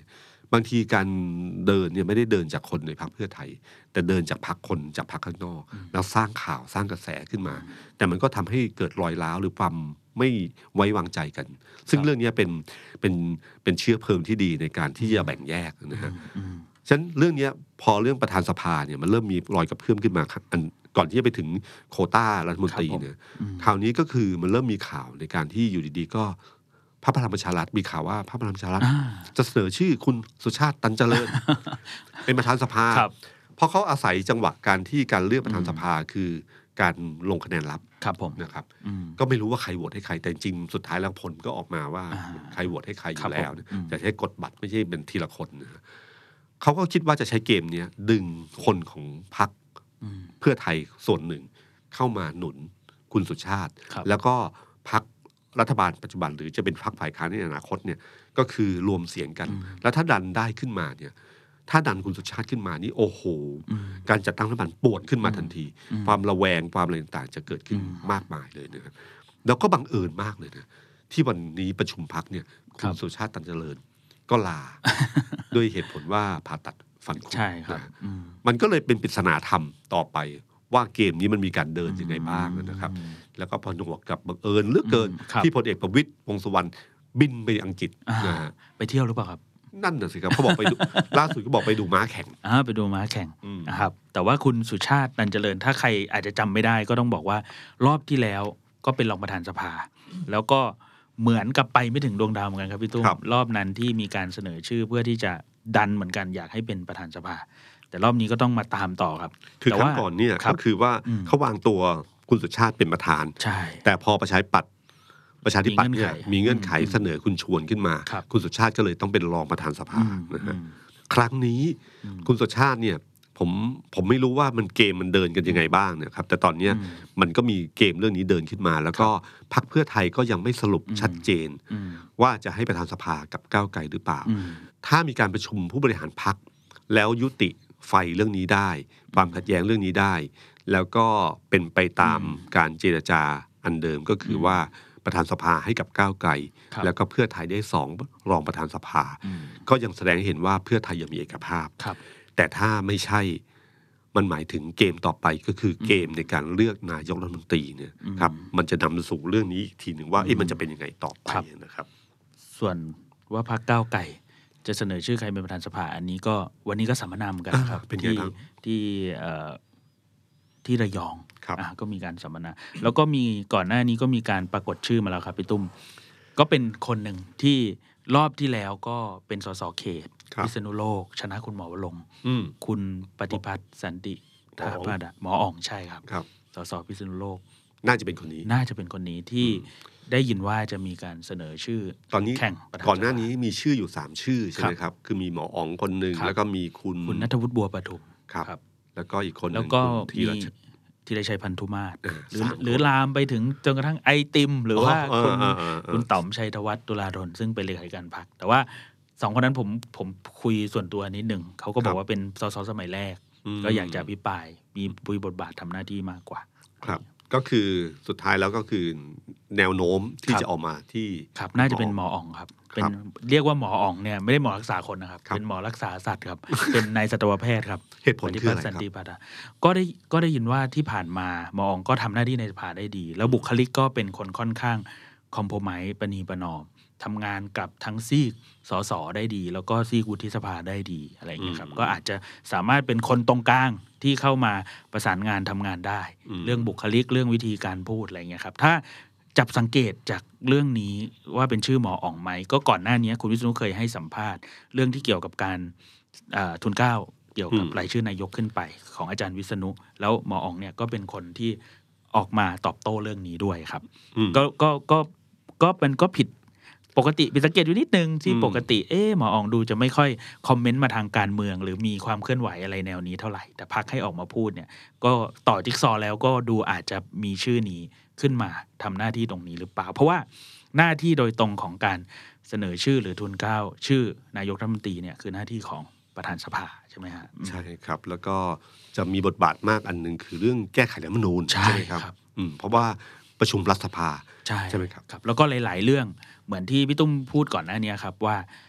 บางทีการเดินเนี่ยไม่ได้เดินจากคนในพรรคเพื่อไทยแต่เดินจากพรรคคนจากพรรคข้างนอกแล้วสร้างข่าวสร้างกระแสขึ้นมาแต่มันก็ทำให้เกิดรอยร้าวหรือความไม่ไว้วางใจกันซึ่งเรื่องนี้เป็นเป็นเป็นเชื้อเพลิงที่ดีในการที่จะแบ่งแยกนะฮะฉะนั้นเรื่องนี้พอเรื่องประธานสภาเนี่ยมันเริ่มมีรอยกระเพื่อมขึ้นมาอันก่อนที่จะไปถึงโควต้ารัฐมนตรีเนี่ยคราวนี้ก็คือมันเริ่มมีข่าวในการที่อยู่ดีๆก็พรรคพลังประชารัฐมีข่าวว่าพรรคพลังประชารัฐจะเสนอชื่อคุณสุชาติตันเจริญ เป็นประธานสภาเพราะเขาอาศัยจังหวะการที่การเลือกประธานสภาคือการลงคะแนนลับนะครับก็ไม่รู้ว่าใครโหวตให้ใครแต่จริงสุดท้ายแล้วผลก็ออกมาว่าใครโหวตให้ใครอยู่แล้วแต่ใช้กดบัตรไม่ใช่เป็นทีละคนนะเขาก็คิดว่าจะใช้เกมนี้ดึงคนของพรรคเพื่อไทยส่วนหนึ่งเข้ามาหนุนคุณสุชาติแล้วก็พรรครัฐบาลปัจจุบันหรือจะเป็นพรรคฝ่ายค้านในอนาคตเนี่ยก็คือรวมเสียงกันแล้วถ้าดันได้ขึ้นมาเนี่ยถ้าดันคุณสุชาติขึ้นมานี่โอ้โหการจัดตั้งรัฐบาลป่วนขึ้นมาทันทีความระแวงความอะไรต่างๆจะเกิดขึ้นมากมายเลยนะครับแล้วก็บังเอิญมากเลยนะที่วันนี้ประชุมพรรคเนี่ยคุณสุชาติตันเจริญก็ลาด้วยเหตุผลว่าผ่าตัดฟันคุดใช่ครับมันก็เลยเป็นปริศนาธรรมต่อไปว่าเกมนี้มันมีการเดินยังไงบ้างนะครับแล้วก็พอหนวกกับบังเอิญเหลือเกินที่พลเอกประวิตรวงษ์สุวรรณบินไปอังกฤษนะฮะไปเที่ยวหรือเปล่าครับนั่นน่ะสิครับเขาบอกไป ล่าสุดก็บอกไปดูม้าแข่งอ่าไปดูม้าแข่งนะครับแต่ว่าคุณสุชาติตันเจริญถ้าใครอาจจะจำไม่ได้ก็ต้องบอกว่ารอบที่แล้วก็เป็นรองประธานสภาแล้วก็เหมือนกับไปไม่ถึงดวงดาวเหมือนกันครับพี่ตุ้ม ร, รอบนั้นที่มีการเสนอชื่อเพื่อที่จะดันเหมือนกันอยากให้เป็นประธานสภาแต่รอบนี้ก็ต้องมาตามต่อครับคือครั้งก่อนเนี่ยก็คือว่าเขาวางตัวคุณสุชาติเป็นประธานใช่แต่พอประชาธิปัตย์ประชาธิปัตย์เนี่ยมีเงื่อนไขเสนอคุณชวนขึ้นมาคุณสุชาติก็เลยต้องเป็นรองประธานสภานะฮะครั้งนี้คุณสุชาติเนี่ยผมผมไม่รู้ว่ามันเกมมันเดินกันยังไงบ้างนะครับแต่ตอนนี้มันก็มีเกมเรื่องนี้เดินขึ้นมาแล้วก็พรรคเพื่อไทยก็ยังไม่สรุปชัดเจนว่าจะให้ประธานสภากับก้าวไกลหรือเปล่าถ้ามีการประชุมผู้บริหารพรรคแล้วยุติไฟเรื่องนี้ได้ความขัดแย้งเรื่องนี้ได้แล้วก็เป็นไปตามการเจรจาอันเดิมก็คือว่าประธานสภาให้กับก้าวไกลแล้วก็เพื่อไทยได้สองรองประธานสภาก็ยังแสดงให้เห็นว่าเพื่อไทยยังมีเอกภาพแต่ถ้าไม่ใช่มันหมายถึงเกมต่อไปก็คือเกมในการเลือกนายกรัฐมนตรีเนี่ยครับมันจะนำสู่เรื่องนี้อีกทีหนึ่งว่าเอ๊ะมันจะเป็นยังไงต่อไปนะครับส่วนว่าพรรคก้าวไกลจะเสนอชื่อใครเป็นประธานสภาอันนี้ก็วันนี้ก็สัมมนากันครับที่ที่ที่ระยองก็มีการสัมมนาแล้วก็มีก่อนหน้านี้ก็มีการปรากฏชื่อมาแล้วครับพี่ตุ้มก็เป็นคนหนึ่งที่รอบที่แล้วก็เป็นสสเขตพิษณุโลกชนะคุณหมอวรงค์คุณปฏิพัฒน์สันติธาพาดหมออ่องใช่ครับสสพิษณุโลกน่าจะเป็นคนนี้น่าจะเป็นคนนี้ที่ได้ยินว่าจะมีการเสนอชื่อตอนนี้แข่งก่อนหน้านี้มีชื่ออยู่สามชื่อใช่ไหมครับคือมีหมออ๋องคนหนึ่งแล้วก็มีคุณคุณณัฐวุฒิบัวประทุมครับแล้วก็อีกคนแล้วก็มีธีรชัยพันธุมาศหรือหรือลามไปถึงจนกระทั่งไอติมหรือว่าคุณคุณต่อมชัยธวัฒน์ตุลาธนซึ่งเป็นเลขาธิการพรรคแต่ว่าสองคนนั้นผมผมคุยส่วนตัวนิดหนึ่งเขาก็บอกว่าเป็นสสสมัยแรกก็อยากจะอภิปรายมีบุยบทบาททำหน้าที่มากกว่าครับก็คือสุดท้ายแล้วก็คือแนวโน้มที่จะออกมาที่ครับน่าจะเป็นหมออ๋องครับเป็นเรียกว่าหมออ๋องเนี่ยไม่ได้หมอรักษาคนนะครับเป็นหมอรักษาสัตว์ครับเป็นนายสัตวแพทย์ครับเหตุผลคืออะไรครับก็ได้ก็ได้ยินว่าที่ผ่านมาหมออ๋องก็ทำหน้าที่ในสภาได้ดีแล้วบุคลิกก็เป็นคนค่อนข้างคอมโพไมซ์ประนีประนอมทำงานกับทั้งซีกสสได้ดีแล้วก็ซีกวุฒิสภาได้ดีอะไรอย่างเงี้ยครับก็อาจจะสามารถเป็นคนตรงกลางที่เข้ามาประสานงานทำงานได้เรื่องบุคลิกเรื่องวิธีการพูดอะไรเงี้ยครับถ้าจับสังเกตจากเรื่องนี้ว่าเป็นชื่อหมออ๋องไหมก็ก่อนหน้านี้คุณวิษณุเคยให้สัมภาษณ์เรื่องที่เกี่ยวกับการทุนเกล้าเกี่ยวกับรายชื่อนายกขึ้นไปของอาจารย์วิษณุแล้วหมออ๋องเนี่ยก็เป็นคนที่ออกมาตอบโต้เรื่องนี้ด้วยครับก็ก็ก็ก็เป็นก็ผิดปกติเป็นสังเกตอยู่นิดนึงที่ปกติเอ๊ะหมออ๋องดูจะไม่ค่อยคอมเมนต์มาทางการเมืองหรือมีความเคลื่อนไหวอะไรแนวนี้เท่าไหร่แต่พรรคให้ออกมาพูดเนี่ยก็ต่อจิ๊กซอว์แล้วก็ดูอาจจะมีชื่อนี้ขึ้นมาทำหน้าที่ตรงนี้หรือเปล่าเพราะว่าหน้าที่โดยตรงของการเสนอชื่อหรือทุนเกล้าชื่อนายกรัฐมนตรีเนี่ยคือหน้าที่ของประธานสภาใช่ไหมฮะใช่ครับแล้วก็จะมีบทบาทมากอันนึงคือเรื่องแก้ไขรัฐธรรมนูญใช่ไหมครับเพราะว่าประชุมรัฐสภาใช่ใช่ไหมครับครับแล้วก็หลายๆเรื่องเหมือนที่พี่ตุ้มพูดก่อนหน้านี้ครับว่า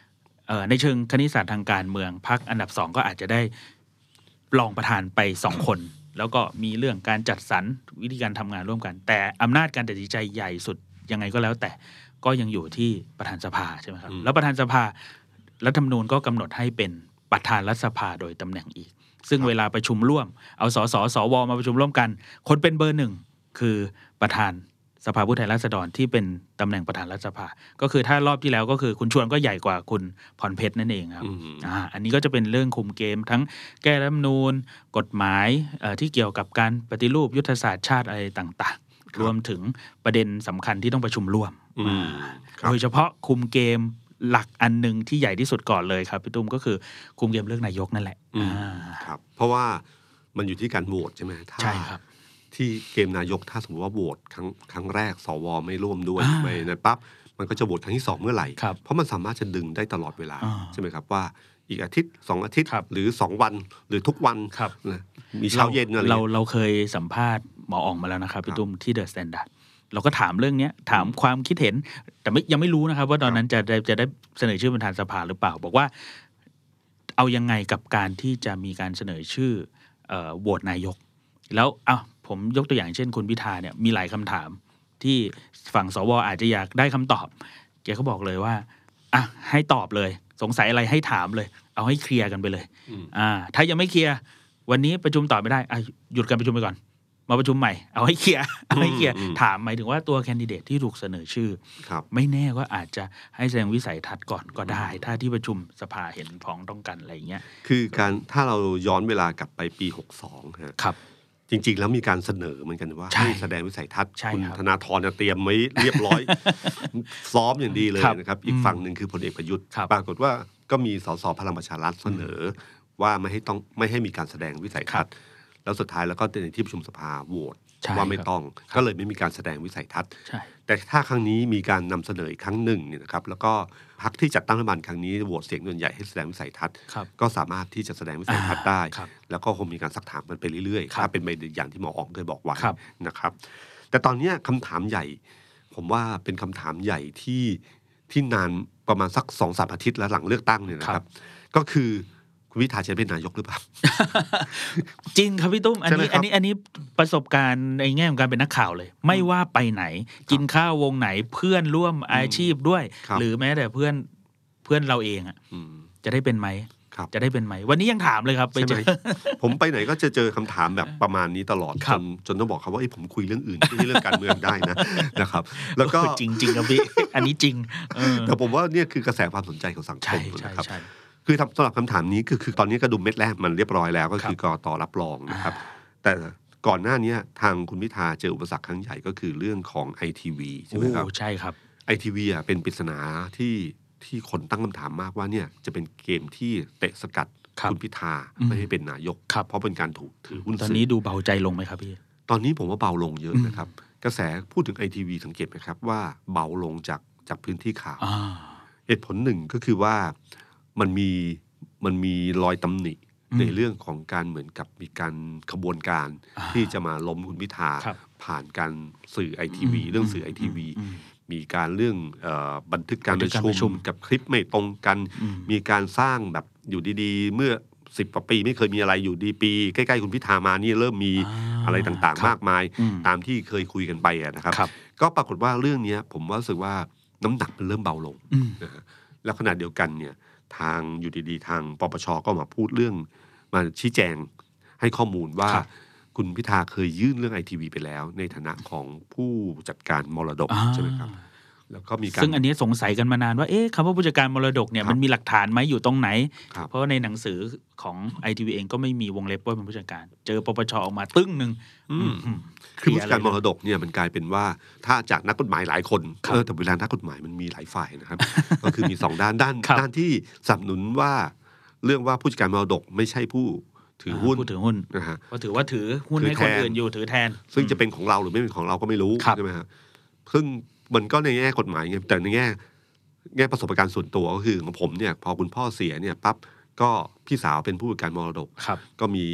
ในเชิงคณิตศาสตร์ทางการเมืองพรรคอันดับสองก็อาจจะได้รองประธานไปสองคนแล้วก็มีเรื่องการจัดสรรวิธีการทำงานร่วมกันแต่อำนาจการตัดสินใจใหญ่สุดยังไงก็แล้วแต่ก็ยังอยู่ที่ประธานสภาใช่ไหมครับแล้วประธานสภารัฐธรรมนูญก็กำหนดให้เป็นประธานรัฐสภาโดยตำแหน่งอีกซึ่งเวลาประชุมร่วมเอาสสสวมาประชุมร่วมกันคนเป็นเบอร์หนึ่งคือประธานสภาผู้แทนราษฎรที่เป็นตำแหน่งประธานรัฐสภาก็คือถ้ารอบที่แล้วก็คือคุณชวนก็ใหญ่กว่าคุณพรเพชรนั่นเองครับ อ, อ่าอันนี้ก็จะเป็นเรื่องคุมเกมทั้งแก้รัฐธรรมนูญกฎหมายที่เกี่ยวกับการปฏิรูปยุทธศาสตร์ชาติอะไรต่างๆรวมถึงประเด็นสำคัญที่ต้องประชุมร่วมโดยเฉพาะคุมเกมหลักอันหนึ่งที่ใหญ่ที่สุดก่อนเลยครับพี่ตุ้มก็คือคุมเกมเรื่องนายกนั่นแหละครับเพราะว่ามันอยู่ที่การโหวตใช่ไหมใช่ครับที่เกมนายกถ้าสมมติว่าโหวตครั้งครั้งแรกสวไม่ร่วมด้วยไม่นะปั๊บมันก็จะโหวตครั้งที่สองเมื่อไหร่เพราะมันสามารถจะดึงได้ตลอดเวลาใช่ไหมครับว่าอีกอาทิตย์สองอาทิตย์หรือสองวันหรือทุกวันนะมีเช้าเย็นอะไรเราเราเคยสัมภาษณ์หมออ๋องมาแล้วนะครับพี่ตุ้มที่เดอะสแตนดาร์ดเราก็ถามเรื่องนี้ถามความคิดเห็นแต่ไม่ยังไม่รู้นะครับว่าตอนนั้นจะได้จะได้เสนอชื่อประธานสภาหรือเปล่าบอกว่าเอายังไงกับการที่จะมีการเสนอชื่อโหวตนายกแล้วอ่ะผมยกตัวอย่างเช่นคุณพิธาเนี่ยมีหลายคำถามที่ฝั่งสวอาจจะอยากได้คำตอบแกก็บอกเลยว่าอ่ะให้ตอบเลยสงสัยอะไรให้ถามเลยเอาให้เคลียร์กันไปเลยอ่าถ้ายังไม่เคลียร์วันนี้ประชุมต่อไม่ได้อ่ะหยุดการประชุมไปก่อนมาประชุมใหม่เอาให้เคลียร์เอาให้เคลียร์ถามหมายถึงว่าตัวแคนดิเดตที่ถูกเสนอชื่อไม่แน่ก็อาจจะให้แสดงวิสัยทัศน์ก่อนก็ได้ถ้าที่ประชุมสภาเห็นพ้องต้องกันอะไรอย่างเงี้ยคือการถ้าเราย้อนเวลากลับไปปีหกสิบสองครับจริงๆแล้วมีการเสนอเหมือนกันว่าให้แสดงวิสัยทัศน์คุณธนาธรเตรียมไว้เรียบร้อยซ้อมอย่างดีเลยนะครับอีกฝั่งหนึ่งคือพลเอกประยุทธ์ปรากฏว่าก็มีสสพลังประชารัฐเสนอว่าไม่ให้ต้องไม่ให้มีการแสดงวิสัยทัศน์แล้วสุดท้ายแล้วก็ในที่ประชุมสภาโหวตว่าไม่ต้องก็เลยไม่มีการแสดงวิสัยทัศน์แต่ถ้าครั้งนี้มีการนำเสนออีกครั้งหนึ่งเนี่ยนะครับแล้วก็พรรคที่จัดตั้งรัฐบาลครั้งนี้โหวตเสียงส่วนใหญ่ให้แสดงวิสัยทัศน์ก็สามารถที่จะแสดงวิสัยทัศน์ได้แล้วก็คงมีการซักถามกันไปเรื่อยๆถ้าเป็นไปอย่างที่หมออ๋องเคยบอกไว้นะครับแต่ตอนนี้คำถามใหญ่ผมว่าเป็นคำถามใหญ่ที่ที่นานประมาณสัก สองถึงสาม อาทิตย์แล้วหลังเลือกตั้งเนี่ยนะครับก็คือคุณพิธาจะเป็นนายกหรือเปล่าจริงครับพี่ตุ้มอันนี้อันนี้อันนี้ประสบการณ์ในแง่ของการเป็นนักข่าวเลยไม่ว่าไปไหนกินข้าววงไหนเพื่อนร่วมอาชีพด้วยหรือแม้แต่เพื่อนเพื่อนเราเองอ่ะจะได้เป็นไหมจะได้เป็นไหมวันนี้ยังถามเลยครับไปเจอผมไปไหนก็จะเจอคำถามแบบประมาณนี้ตลอดจนจนต้องบอกเขาว่าผมคุยเรื่องอื่นไม่ใช่เรื่องการเมืองได้นะนะครับแล้วก็จริงๆครับพี่อันนี้จริงแต่ผมว่าเนี่ยคือกระแสความสนใจของสังคมนะครับคือสำหรับคำถามนี้คือคือตอนนี้กระดุมเม็ดแรกมันเรียบร้อยแล้วก็คือกต.รับรองนะครับแต่ก่อนหน้านี้ทางคุณพิธาเจออุปสรรคครั้งใหญ่ก็คือเรื่องของ ไอ ที วี ใช่ไหมครับใช่ครับไอ ที วี อ่ะเป็นปริศนาที่ที่คนตั้งคำถามมากว่าเนี่ยจะเป็นเกมที่เตะสกัดคุณพิธาไม่ให้เป็นนายกเพราะเป็นการถูกถือหุ้นตอนนี้ดูเบาใจลงไหมครับพี่ตอนนี้ผมว่าเบาลงเยอะนะครับกระแสพูดถึง ไอ ที วี สังเกตไหมครับว่าเบาลงจากจากพื้นที่ข่าวเหตุผลหนึ่งก็คือว่ามันมีมันมีรอยตำหนิในเรื่องของการเหมือนกับมีการขบวนการที่จะมาล้มคุณพิธาผ่านการสื่อ ไอ ที วี เรื่องสื่อ ไอ ที วี มีการเรื่องเอ่อบันทึกการประชุมกับคลิปไม่ตรงกันมีการสร้างแบบอยู่ดีๆเมื่อสิบกว่าปีไม่เคยมีอะไรอยู่ดีปีใกล้ๆคุณพิธามานี่เริ่มมีอะไรต่างๆมากมายตามที่เคยคุยกันไปนะครับก็ปรากฏว่าเรื่องนี้ผมว่ารู้สึกว่าน้ำหนักมันเริ่มเบาลงนะฮะแล้วขณะเดียวกันเนี่ยทางอยู่ดีๆทางปปช.ก็มาพูดเรื่องมาชี้แจงให้ข้อมูลว่าคุณพิธาเคยยื่นเรื่อง ไอ ที วี ไปแล้วในฐานะของผู้จัดการมรดกใช่ไหมครับแล้วก็มีการซึ่งอันนี้สงสัยกันมานานว่าเอ๊ะคำว่าผู้จัดการมรดกเนี่ยมันมีหลักฐานไหมอยู่ตรงไหนเพราะในหนังสือของ ไอ ที วี เองก็ไม่มีวงเล็บว่าเป็นผู้จัดการเจอปปช.ออกมาตึ้งนึงคือผู้จัดการมรดกเนี่ยมันกลายเป็นว่าถ้าจากนักกฎหมายหลายคนเออแต่เวลานักกฎหมายมันมีหลายฝ่ายนะครับก็คือมีสองด้านด้านด้านที่สนับสนุนว่าเรื่องว่าผู้จัดการมรดกไม่ใช่ผู้ถือหุ้นผู้ถือหุ้นนะฮะก็ถือว่าถือหุ้นให้คนอื่นอยู่ถือแทนซึ่งจะเป็นของเราหรือไม่เป็นของเราก็ไม่รู้ใช่ไหมครับซึ่งมันก็ในแง่กฎหมายไงแต่ในแง่แง่ประสบการณ์ส่วนตัวก็คือของผมเนี่ยพอคุณพ่อเสียเนี่ยปั๊บก็พี่สาวเป็นผู้จัดการมรดกก็มี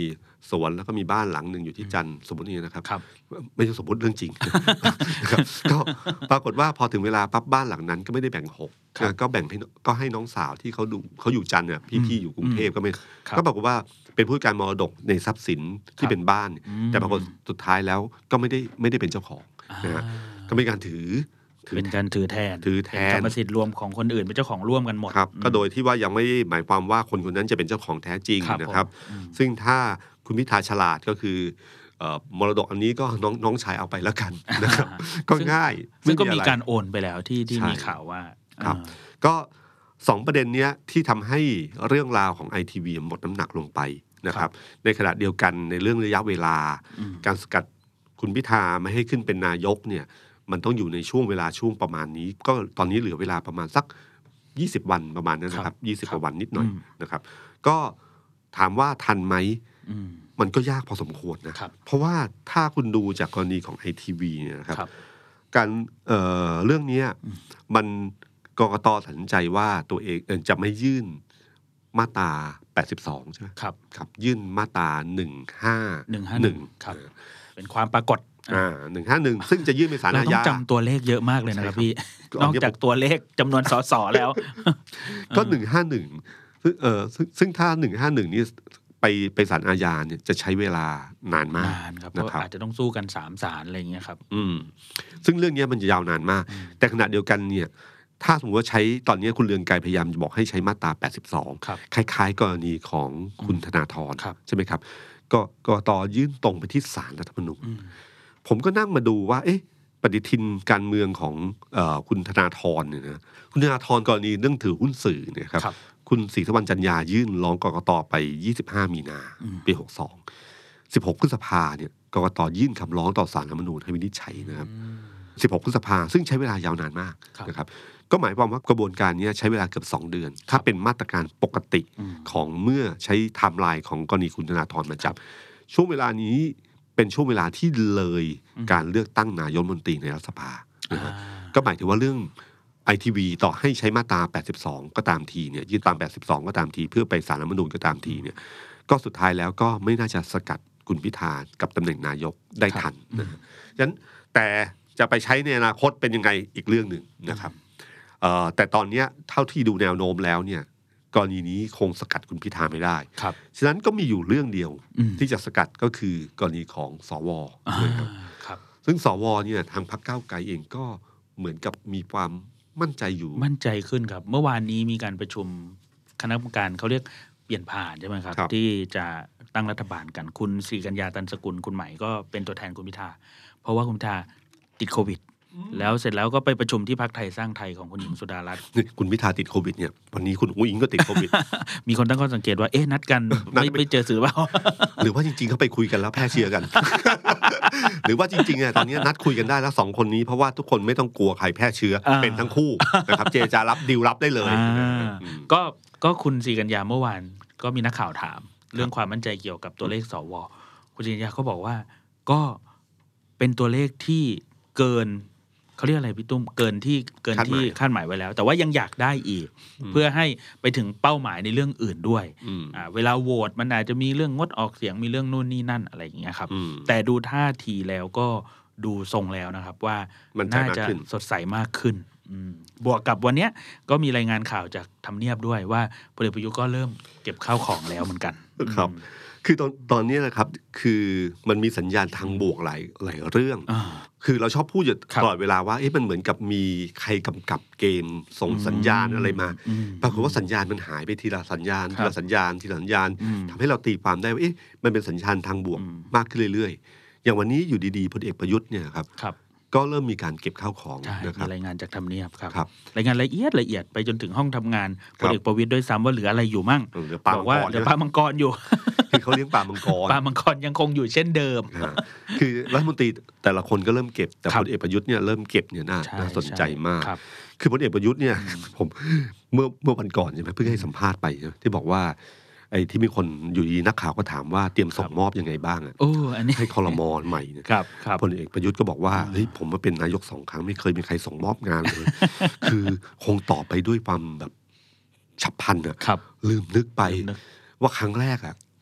สวนแล้วก็มีบ้านหลังหนึ่งอยู่ที่จันทร์สมมตินี่นะครับครับไม่ใช่สมมติเรื่องจริง นะครับก็ปรากฏว่าพอถึงเวลาปั๊บบ้านหลังนั้นก็ไม่ได้แบ่งหกก็แบ่งให้ก็ให้น้องสาวที่เขาดูเขาอยู่จันทร์เนี่ยพี่ๆอยู่กรุงเทพก็ไม่ก็ปรากฏว่าเป็นผู้จัดการมรดกในทรัพย์สินที่เป็นบ้านแต่ปรากฏสุดท้ายแล้วก็ไม่ได้ไม่ได้เป็นเจ้าของนะฮะก็เป็นการถือเป็นการถือแทนถือแทนกรรมสิทธิ์รวมของคนอื่นเป็นเจ้าของร่วมกันหมดครับก็โดยที่ว่ายังไม่หมายความว่าคนคนนั้นจะเป็นเจ้าของแท้จริงนะครับซึ่งถ้าคุณพิธาฉลาดก็คือมรดกอันนี้ก็น้องน้องชายเอาไปแล้วกันนะครับก็ง่ายซึ่งก็มีการโอนไปแล้วที่ที่มีข่าวว่าครับก็สองประเด็นเนี้ยที่ทำให้เรื่องราวของ ไอ ที วี หมดน้ำหนักลงไปนะครับในขณะเดียวกันในเรื่องระยะเวลาการสกัดคุณพิธาไม่ให้ขึ้นเป็นนายกเนี่ยมันต้องอยู่ในช่วงเวลาช่วงประมาณนี้ก็ตอนนี้เหลือเวลาประมาณสักยี่สิบวันประมาณนั้นนะครับยี่สิบกว่าวันนิดหน่อยนะครับก็ถามว่าทันไหมมันก็ยากพอสมควรนะเพราะว่าถ้าคุณดูจากกรณีของ ไอ ที วี เนี่ยนะครับการเอ่อเรื่องนี้มันกกต.ตัดสินใจว่าตัวเองจะไม่ยื่นมาตราแปดสิบสองใช่ไหมครับครับยื่นมาตราหนึ่งห้าหนึ่งครับเป็นความปรากฏอ่าหนึ่งห้าหนึ่งซึ่งจะยื่นไปศาลอาญาเราต้องจำตัวเลขเยอะมากเลยนะครับพี่นอกจากตัวเลขจำนวนสสแล้วก็หนึ่งห้าหนึ่งซึ่งเออซึ่งถ้าหนึ่งห้าหนึ่งนี่ไปไปศาลอาญาเนี่ยจะใช้เวลานานมากนานครับเพราะอาจจะต้องสู้กันสามศาลอะไรอย่างเงี้ยครับอืมซึ่งเรื่องนี้มันจะยาวนานมากแต่ขณะเดียวกันเนี่ยถ้าสมมติว่าใช้ตอนนี้คุณเรืองไกรพยายามจะบอกให้ใช้มาตราแปดสิบสองคล้ายๆกรณีของคุณธนาธรใช่ไหมครับก็กกต.ยื่นตรงไปที่ศาลรัฐธรรมนูญผมก็นั่งมาดูว่าเอ๊ะปฏิทินการเมืองของเอ่อคุณธนาธรเนี่ยนะคุณธนาธรกรณีเรื่องถือหุ้นสื่อเนี่ยครับคุณศรีสุวรรณจันยายื่นร้องกกต.ไปยี่สิบห้ามีนาปีหกสิบสอง สิบหกพฤษภาเนี่ยกกต.ยื่นคำร้องต่อศาลรัฐธรรมนูญให้วินิจฉัยนะครับสิบหกพฤษภาซึ่งใช้เวลายาวนานมากนะครับก็หมายความว่ากระบวนการนี้ใช้เวลาเกือบสองเดือนถ้าเป็นมาตรการปกติของเมื่อใช้ไทม์ไลน์ของกรณีคุณธนาธรมาจับช่วงเวลานี้เป็นช่วงเวลาที่เลยการเลือกตั้งนายกรัฐมนตรีในรัฐสภาก็หมายถึงว่าเรื่อง ไอ ที วี ต่อให้ใช้มาตราแปดสิบสองก็ตามทีเนี่ยยื่นตามแปดสิบสองก็ตามทีเพื่อไปศาลรัฐธรรมนูญก็ตามทีเนี่ยก็สุดท้ายแล้วก็ไม่น่าจะสกัดคุณพิธากับตำแหน่งนายกได้ทันนะฉะนั้นแต่จะไปใช้ในอนาคตเป็นยังไงอีกเรื่องหนึ่งนะครับแต่ตอนนี้เท่าที่ดูแนวโน้มแล้วเนี่ยกรณีนี้คงสกัดคุณพิธาไม่ได้ฉะนั้นก็มีอยู่เรื่องเดียวที่จะสกัดก็คือกรณีของสวนะครับซึ่งสวเนี่ยทางพรรคก้าวไกลเองก็เหมือนกับมีความมั่นใจอยู่มั่นใจขึ้นครับเมื่อวานนี้มีการประชุมคณะกรรมการเขาเรียกเปลี่ยนผ่านใช่ไหมครับที่จะตั้งรัฐบาลกันคุณศรีกัญญาตันสกุลคุณใหม่ก็เป็นตัวแทนคุณพิธาเพราะว่าคุณพิธาติดโควิดแล้วเสร็จแล้วก็ไปประชุมที่พรรคไทยสร้างไทยของคุณหญิงสุดารัตน์คุณพิธาติดโควิดเนี่ยวันนี้คุณอุ้งอิงก็ติดโควิดมีคนตั้งข้อสังเกตว่าเอ๊ะนัดกันไม่ไม่เจอสื่อเปล่าหรือว่าจริงๆเขาไปคุยกันแล้วแพร่เชื้อกัน หรือว่าจริงๆอ่ะตอนนี้นัดคุยกันได้แล้วสองคนนี้เพราะว่าทุกคนไม่ต้องกลัวใครแพร่เชื้อเป็นทั้งคู่นะครับเจรจารับดีลรับได้เลยก็ก็คุณศรีกัญญาเมื่อวานก็มีนักข่าวถามเรื่องความมั่นใจเกี่ยวกับตัวเลขสวคุณศรีกัญญาเขาบอกว่าก็เป็นตัวเลขที่เกินเขาเรียกอะไรพี่ตุ้มเกินที่เกินที่คาดหมายไว้แล้วแต่ว่ายังอยากได้อีกเพื่อให้ไปถึงเป้าหมายในเรื่องอื่นด้วยอ่าเวลาโหวตมันอาจจะมีเรื่องงดออกเสียงมีเรื่องนู่นนี่นั่นอะไรอย่างเงี้ยครับแต่ดูท่าทีแล้วก็ดูทรงแล้วนะครับว่าน่าจะสดใสมากขึ้นบวกกับวันนี้ก็มีรายงานข่าวจากทำเนียบด้วยว่าพลเอกประยุทธ์ก็เริ่มเก็บข้าวของแล้วเหมือนกันครับคือตอนตอนนี้นะครับคือมันมีสัญญาณทางบวกหลายหลายเรื่องคือเราชอบพูดอยู่ตลอดเวลาว่าเอ๊ะมันเหมือนกับมีใครกำกับเกมส่งสัญญาณอะไรมาปรากฏว่าสัญญาณมันหายไปทีละสัญญาณทีละสัญญาณทีละสัญญาณทำให้เราตีความได้ว่าเอ๊ะมันเป็นสัญญาณทางบวกมากขึ้นเรื่อยๆอย่างวันนี้อยู่ดีๆพลเอกประยุทธ์เนี่ยครับก็เริ่มมีการเก็บข้าวของนะครับรายงานจากทำเนียบครับรายงานละเอียดละเอียดไปจนถึงห้องทำงานพลเอกประวิตรด้วยซ้ำว่าเหลืออะไรอยู่มั่งบอกว่าเหลือปลามังกรอยู่คือเขาเลี้ยงปลามังกรปลามังกรยังคงอยู่เช่นเดิมคือรัฐมนตรีแต่ละคนก็เริ่มเก็บแต่พลเอกประยุทธ์เนี่ยเริ่มเก็บเนี่ยน่าสนใจมากคือพลเอกประยุทธ์เนี่ยผมเมื่อเมื่อวันก่อนใช่ไหมเพิ่งให้สัมภาษณ์ไปที่บอกว่าไอ้ที่มีคนอยู่ดีนักข่าวก็ถามว่าเตรียมส่งมอบยังไงบ้างอ่ะให้ครม.ใหม่เนี่ยพลเอกประยุทธ์ก็บอกว่าเฮ้ยผมมาเป็นนายกสองครั้งไม่เคยมีใครส่งมอบงานเลยคือคงตอบไปด้วยความแบบฉับพลันอ่ะลืมนึกไปว่าครั้งแรกอ่ะ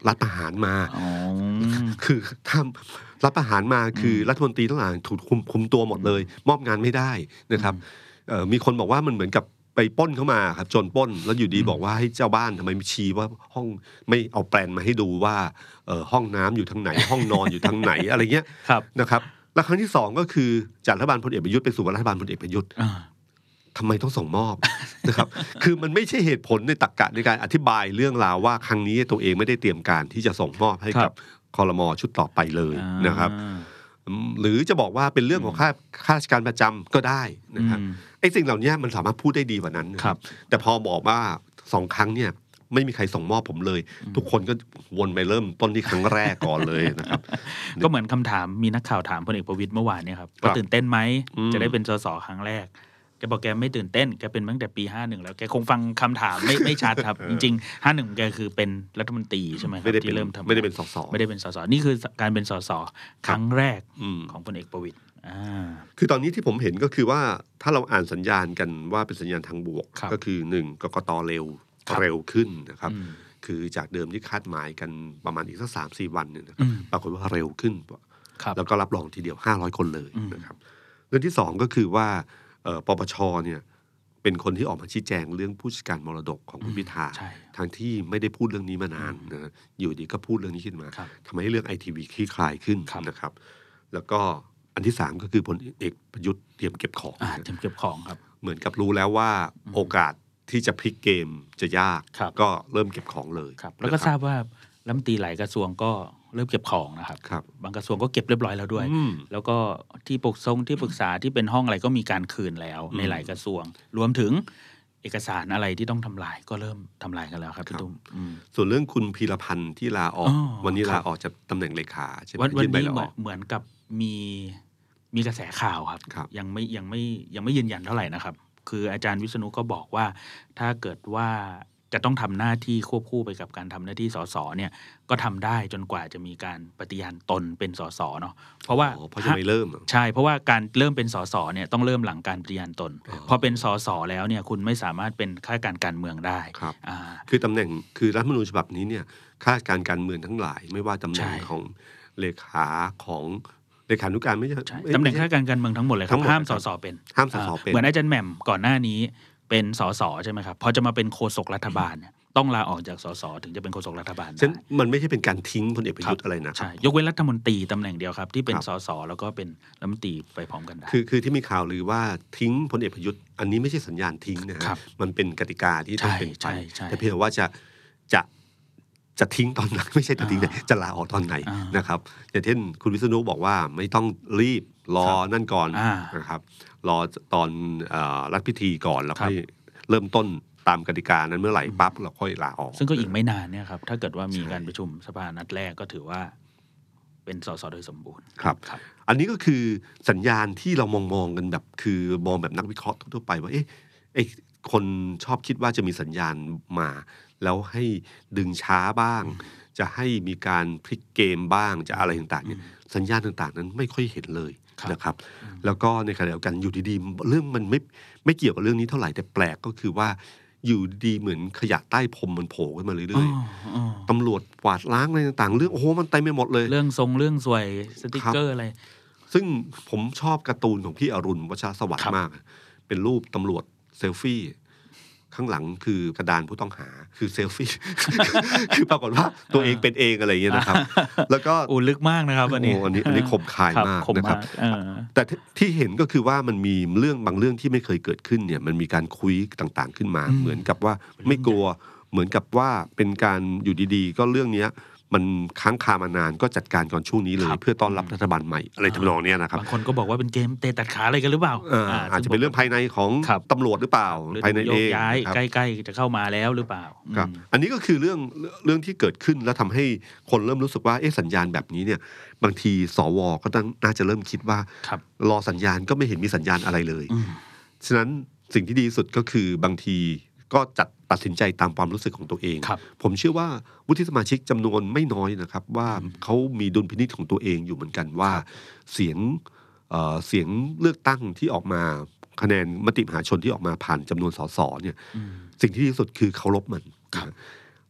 รัฐประหารมาอ๋อคือถ้ารัฐประหารมาคือรัฐมนตรีทั้งหลายถูกคุมคุมตัวหมดเลย มอบงานไม่ได้นะครับเอ่อมีคนบอกว่ามันเหมือนกับไปปล้นเข้ามาครับโจรปล้นแล้วอยู่ดีบอกว่าให้เจ้าบ้านทำไมไม่ชี้ว่าห้องไม่เอาแปลนมาให้ดูว่าเอ่อห้องน้ำอยู่ทางไหน ห้องนอนอยู่ทางไหนอะไรเงี้ยครับนะครับแล้วครั้งที่สองก็คือจากรัฐบาลพลเอกประยุทธ์ไปสู่รัฐบาลพลเอกประยุทธ์อ่าทำไมต้องส่งมอบ นะครับ คือมันไม่ใช่เหตุผลในตรรกะในการอธิบายเรื่องราวว่าครั้งนี้ตัวเองไม่ได้เตรียมการที่จะส่งมอบให้กับครม.ชุดต่อไปเลยนะครับหรือจะบอกว่าเป็นเรื่องของข้าข้าราชการประจำก็ได้นะครับไอ้สิ่งเหล่านี้มันสามารถพูดได้ดีกว่านั้นนะครับแต่พอบอกว่าสองครั้งเนี่ยไม่มีใครส่งมอบผมเลย ทุกคนก็วนไปเริ่มต้นที่ครั้งแรกก่อนเลยนะครับก็เหมือนคำถามมีนักข่าวถามพลเอกประวิตรเมื่อวานเนี่ยครับว่าตื่นเต้นไหมจะได้เป็นสสครั้งแรกแกบอกแกไม่ตื่นเต้นแกเป็นมาตั้งแต่ปีห้าสิบแล้วแกคงฟังคำถามไม่ไม่ชัดครับ จริงๆห้าสิบแกคือเป็นรัฐมนตรีใช่ไหมครับที่เริ่มทำไม่ได้เป็นสสไม่ได้เป็นสสนี่คือการเป็นสสครั้งแรกของพลเอกประวิตรคือตอนนี้ที่ผมเห็นก็คือว่าถ้าเราอ่านสัญญาณกันว่าเป็นสัญญาณทางบวกก็คือหนึ่งกกต.เร็วเร็วขึ้นนะครับคือจากเดิมที่คาดหมายกันประมาณอีกสักสามสี่วันเนี่ยนะครับปรากฏว่าเร็วขึ้นแล้วก็รับรองทีเดียวห้าร้อยคนเลยนะครับเรื่องที่สองก็คือว่าปปชเนี่ยเป็นคนที่ออกมาชี้แจงเรื่องผู้จัดการมรดกของคุณพิธาทั้งที่ไม่ได้พูดเรื่องนี้มานานนะอยู่ดีก็พูดเรื่องนี้ขึ้นมาทำให้เรื่องไอทีวีคลี่คลายขึ้นนะครับแล้วก็อันที่สามก็คือพลเอกประยุทธ์เตรียมเก็บของเตรียมเก็บของครับเหมือนกับรู้แล้วว่าโอกาสที่จะพลิกเกมจะยากก็เริ่มเก็บของเลยแล้วก็ทราบว่ารัฐมนตรีหลายกระทรวงก็เริ่มเก็บของนะครับบางกระทรวงก็เก็บเรียบร้อยแล้วด้วยแล้วก็ที่ปกทรงที่ปรึกษาที่เป็นห้องอะไรก็มีการคืนแล้วในหลายกระทรวงรวมถึงเอกสารอะไรที่ต้องทำลายก็เริ่มทำลายกันแล้วครับพี่ตุ้มส่วนเรื่องคุณพีรพันธ์ที่ลาออกวันนี้ลาออกจากตำแหน่งเลขาใช่ไหมวันนี้เหมือนกับมีมีกระแสข่าวครับยังไม่ยังไม่ยังไม่ยืนยันเท่าไหร่นะครับคืออาจารย์วิษณุก็บอกว่าถ้าเกิดว่าจะต้องทำหน้าที่ควบคู่ไปกับการทำหน้าที่สสเนี่ยก็ทำได้จนกว่าจะมีการปฏิญาณตนเป็นสสเนาะเพราะว่าเพราะจะไม่เริ่มใช่เพราะว่าการเริ่มเป็นสสเนี่ยต้องเริ่มหลังการปฏิญาณตนพอเป็นสสแล้วเนี่ยคุณไม่สามารถเป็นข้าราชการการเมืองได้ครับคือตำแหน่งคือรัฐธรรมนูญฉบับนี้เนี่ยข้าราชการการเมืองทั้งหลายไม่ว่าตำแหน่งของเลขาของเลขานุการไม่ใช่ตำแหน่งข้าราชการการเมืองทั้งหมดเลยครับห้ามสสเป็นห้ามสสเป็นเหมือนอาจารย์แหม่มก่อนหน้านี้เป็นสสใช่ไหมครับพอจะมาเป็นโฆษกรัฐบาลเนี่ยต้องลาออกจากสสถึงจะเป็นโฆษกรัฐบาลได้มันไม่ใช่เป็นการทิ้งพลเอกประยุทธ์อะไรนะใช่ยกเว้นรัฐมนตรีตำแหน่งเดียวครับที่เป็นสสแล้วก็เป็นรัฐมนตรีไปพร้อมกันได้คือคือที่มีข่าวหรือว่าทิ้งพลเอกประยุทธ์อันนี้ไม่ใช่สัญญาณทิ้งนะครับมันเป็นกติกาที่ต้องเป็นไปแต่เพียงว่าจะจะจะทิ้งตอนไหนไม่ใช่จะทิ้งเลยจะลาออกตอนไหนนะครับอย่างเช่นคุณวิษณุบอกว่าไม่ต้องรีบรอนั่นก่อนนะครับรอตอนรัฐพิธีก่อนแล้วค่อยเริ่มต้นตามกติกานั้นเมื่อไหร่ปั๊บเราค่อยลาออกซึ่งก็อีกไม่นานเนี่ยครับถ้าเกิดว่ามีการประชุมสภานัดแรกก็ถือว่าเป็นสสโดยสมบูรณ์ครับอันนี้ก็คือสัญญาณที่เรามองมองกันแบบคือมองแบบนักวิเคราะห์ทั่วไปว่าเอ๊ะไอ้คนชอบคิดว่าจะมีสัญญาณมาแล้วให้ดึงช้าบ้างจะให้มีการพลิกเกมบ้างจะอะไรต่างๆเนี่ยสัญญาณต่างๆนั้นไม่ค่อยเห็นเลยนะครับแล้วก็ในขณะเดียวกันอยู่ดีๆเรื่องมันไม่ไม่เกี่ยวกับเรื่องนี้เท่าไหร่แต่แปลกก็คือว่าอยู่ดีเหมือนขยะใต้พรมมันโผล่ขึ้นมาเรื่อยๆตำรวจกวาดล้างอะไรต่างๆเรื่องโอ้โหมันเต็มไปหมดเลยเรื่องทรงเรื่องสวยสติ๊กเกอร์อะไรซึ่งผมชอบการ์ตูนของพี่อรุณวชรสวัสดิ์มากเป็นรูปตำรวจเซลฟี่ข้างหลังคือกระดานผู้ต้องหาคือเซลฟี่ คือปรากฏว่าตัวเองเป็นเองอะไรอย่างเงี้ยนะครับแล้วก็โอ้ลึกมากนะครับอันนี้อันนี้อันนี้คมคายมากนะครับแต่ที่เห็นก็คือว่ามันมีเรื่องบางเรื่องที่ไม่เคยเกิดขึ้นเนี่ยมันมีการคุยต่างๆขึ้นมาเหมือนกับว่าไม่กลัวเหมือนกับว่าเป็นการอยู่ดีๆก็เรื่องเนี้ยมันค้างคามานานก็จัดการก่อนช่วงนี้เลยเพื่อต้อนรับรัฐบาลใหม่อะไรทำนองนี้นะครับบางคนก็บอกว่าเป็นเกมเตะตัดขาอะไรกันหรือเปล่าอาจจะเป็นเรื่องภายในของตำรวจหรือเปล่าภายในเองย้ายใกล้ๆจะเข้ามาแล้วหรือเปล่าครับอันนี้ก็คือเรื่องเรื่องที่เกิดขึ้นแล้วทำให้คนเริ่มรู้สึกว่าเอ๊ะสัญญาณแบบนี้เนี่ยบางทีสวก็น่าจะเริ่มคิดว่ารอสัญญาณก็ไม่เห็นมีสัญญาณอะไรเลยฉะนั้นสิ่งที่ดีสุดก็คือบางทีก็จัดตัดสินใจตามความรู้สึกของตัวเองผมเชื่อว่าวุฒิสมาชิกจำนวนไม่น้อยนะครับว่าเขามีดุลพินิจของตัวเองอยู่เหมือนกันว่าเสียงเอ่อเสียงเลือกตั้งที่ออกมาคะแนนมติมหาชนที่ออกมาผ่านจำนวนสสเนี่ยสิ่งที่ดีสุดคือเคารพมัน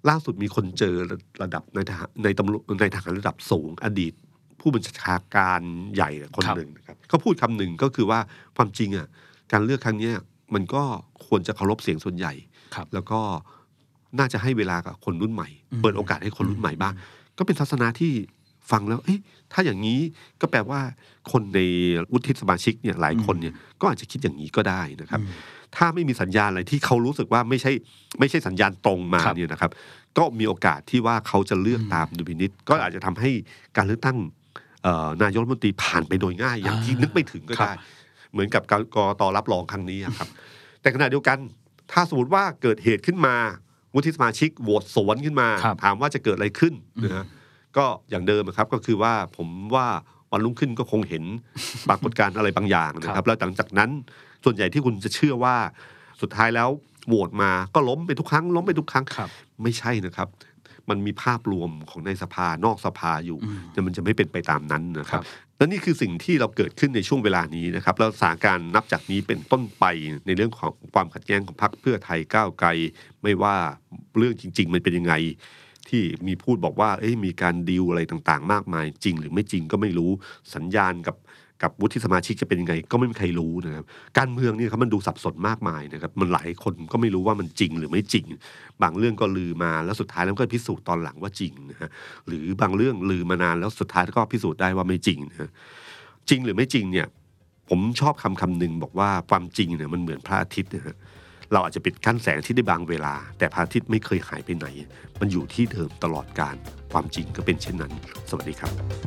ล่าสุดมีคนเจอระดับในทหารในตำรวจในทหารระดับสูงอดีตผู้บัญชาการใหญ่คนหนึ่งนะครับเขาพูดคำหนึ่งก็คือว่าความจริงอ่ะการเลือกครั้งนี้มันก็ควรจะเคารพเสียงส่วนใหญ่แล้วก็น่าจะให้เวลากับคนรุ่นใหม่เปิดโอกาสให้คนรุ่นใหม่บ้างก็เป็นทัศนะที่ฟังแล้วเอ๊ะถ้าอย่างนี้ก็แปลว่าคนในวุฒิสมาชิกเนี่ยหลายคนเนี่ยก็อาจจะคิดอย่างนี้ก็ได้นะครับถ้าไม่มีสัญญาณอะไรที่เขารู้สึกว่าไม่ใช่ไม่ใช่สัญญาณตรงมาเนี่ยนะครับก็มีโอกาสที่ว่าเขาจะเลือกตามดุลพินิจก็อาจจะทำให้การเลือกตั้งนายกรัฐมนตรีผ่านไปโดยง่ายอย่างที่นึกไม่ถึงก็ได้เหมือนกับกกต.รับรองครั้งนี้ครับแต่ขณะเดียวกันถ้าสมมติว่าเกิดเหตุขึ้นมาวุฒิสมาชิกโหวตสวนขึ้นมาถามว่าจะเกิดอะไรขึ้นนะฮะก็อย่างเดิมครับก็คือว่าผมว่าวันรุ่งขึ้นก็คงเห็นปรากฏการณ์อะไรบางอย่างนะครับแล้วหลังจากนั้นส่วนใหญ่ที่คุณจะเชื่อว่าสุดท้ายแล้วโหวตมาก็ล้มไปทุกครั้งล้มไปทุกครั้งไม่ใช่นะครับมันมีภาพรวมของในสภานอกสภาอยู่แต่มันจะไม่เป็นไปตามนั้นนะครับและนี่คือสิ่งที่เราเกิดขึ้นในช่วงเวลานี้นะครับแล้วสถานการณ์นับจากนี้เป็นต้นไปในเรื่องของความขัดแย้งของพรรคเพื่อไทยก้าวไกลไม่ว่าเรื่องจริงๆมันเป็นยังไงที่มีพูดบอกว่าเอ้ยมีการดีลอะไรต่างๆมากมายจริงหรือไม่จริงก็ไม่รู้สัญญาณกับกับวุฒิสมาชิกจะเป็นยังไงก็ไม่มีใครรู้นะครับการเมืองนี่ครับมันดูสับสนมากมายนะครับมันหลายคนก็ไม่รู้ว่ามันจริงหรือไม่จริงบางเรื่องก็ลือมาแล้วสุดท้ายแล้วก็พิสูจน์ตอนหลังว่าจริงนะฮะหรือบางเรื่องลือมานานแล้วสุดท้ายก็พิสูจน์ได้ว่าไม่จริงนะจริงหรือไม่จริงเนี่ยผมชอบคำคำหนึ่งบอกว่าความจริงเนี่ยมันเหมือนพระอาทิตย์นะฮะเราอาจจะปิดกั้นแสงอาทิตย์ได้บางเวลาแต่พระอาทิตย์ไม่เคยหายไปไหนมันอยู่ที่เดิมตลอดกาลความจริงก็เป็นเช่นนั้นสวัสดีครับ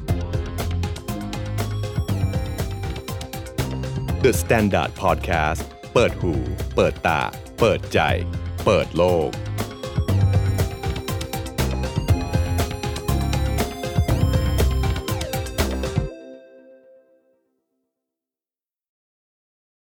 The Standard Podcast เปิดหูเปิดตาเปิดใจเปิดโลก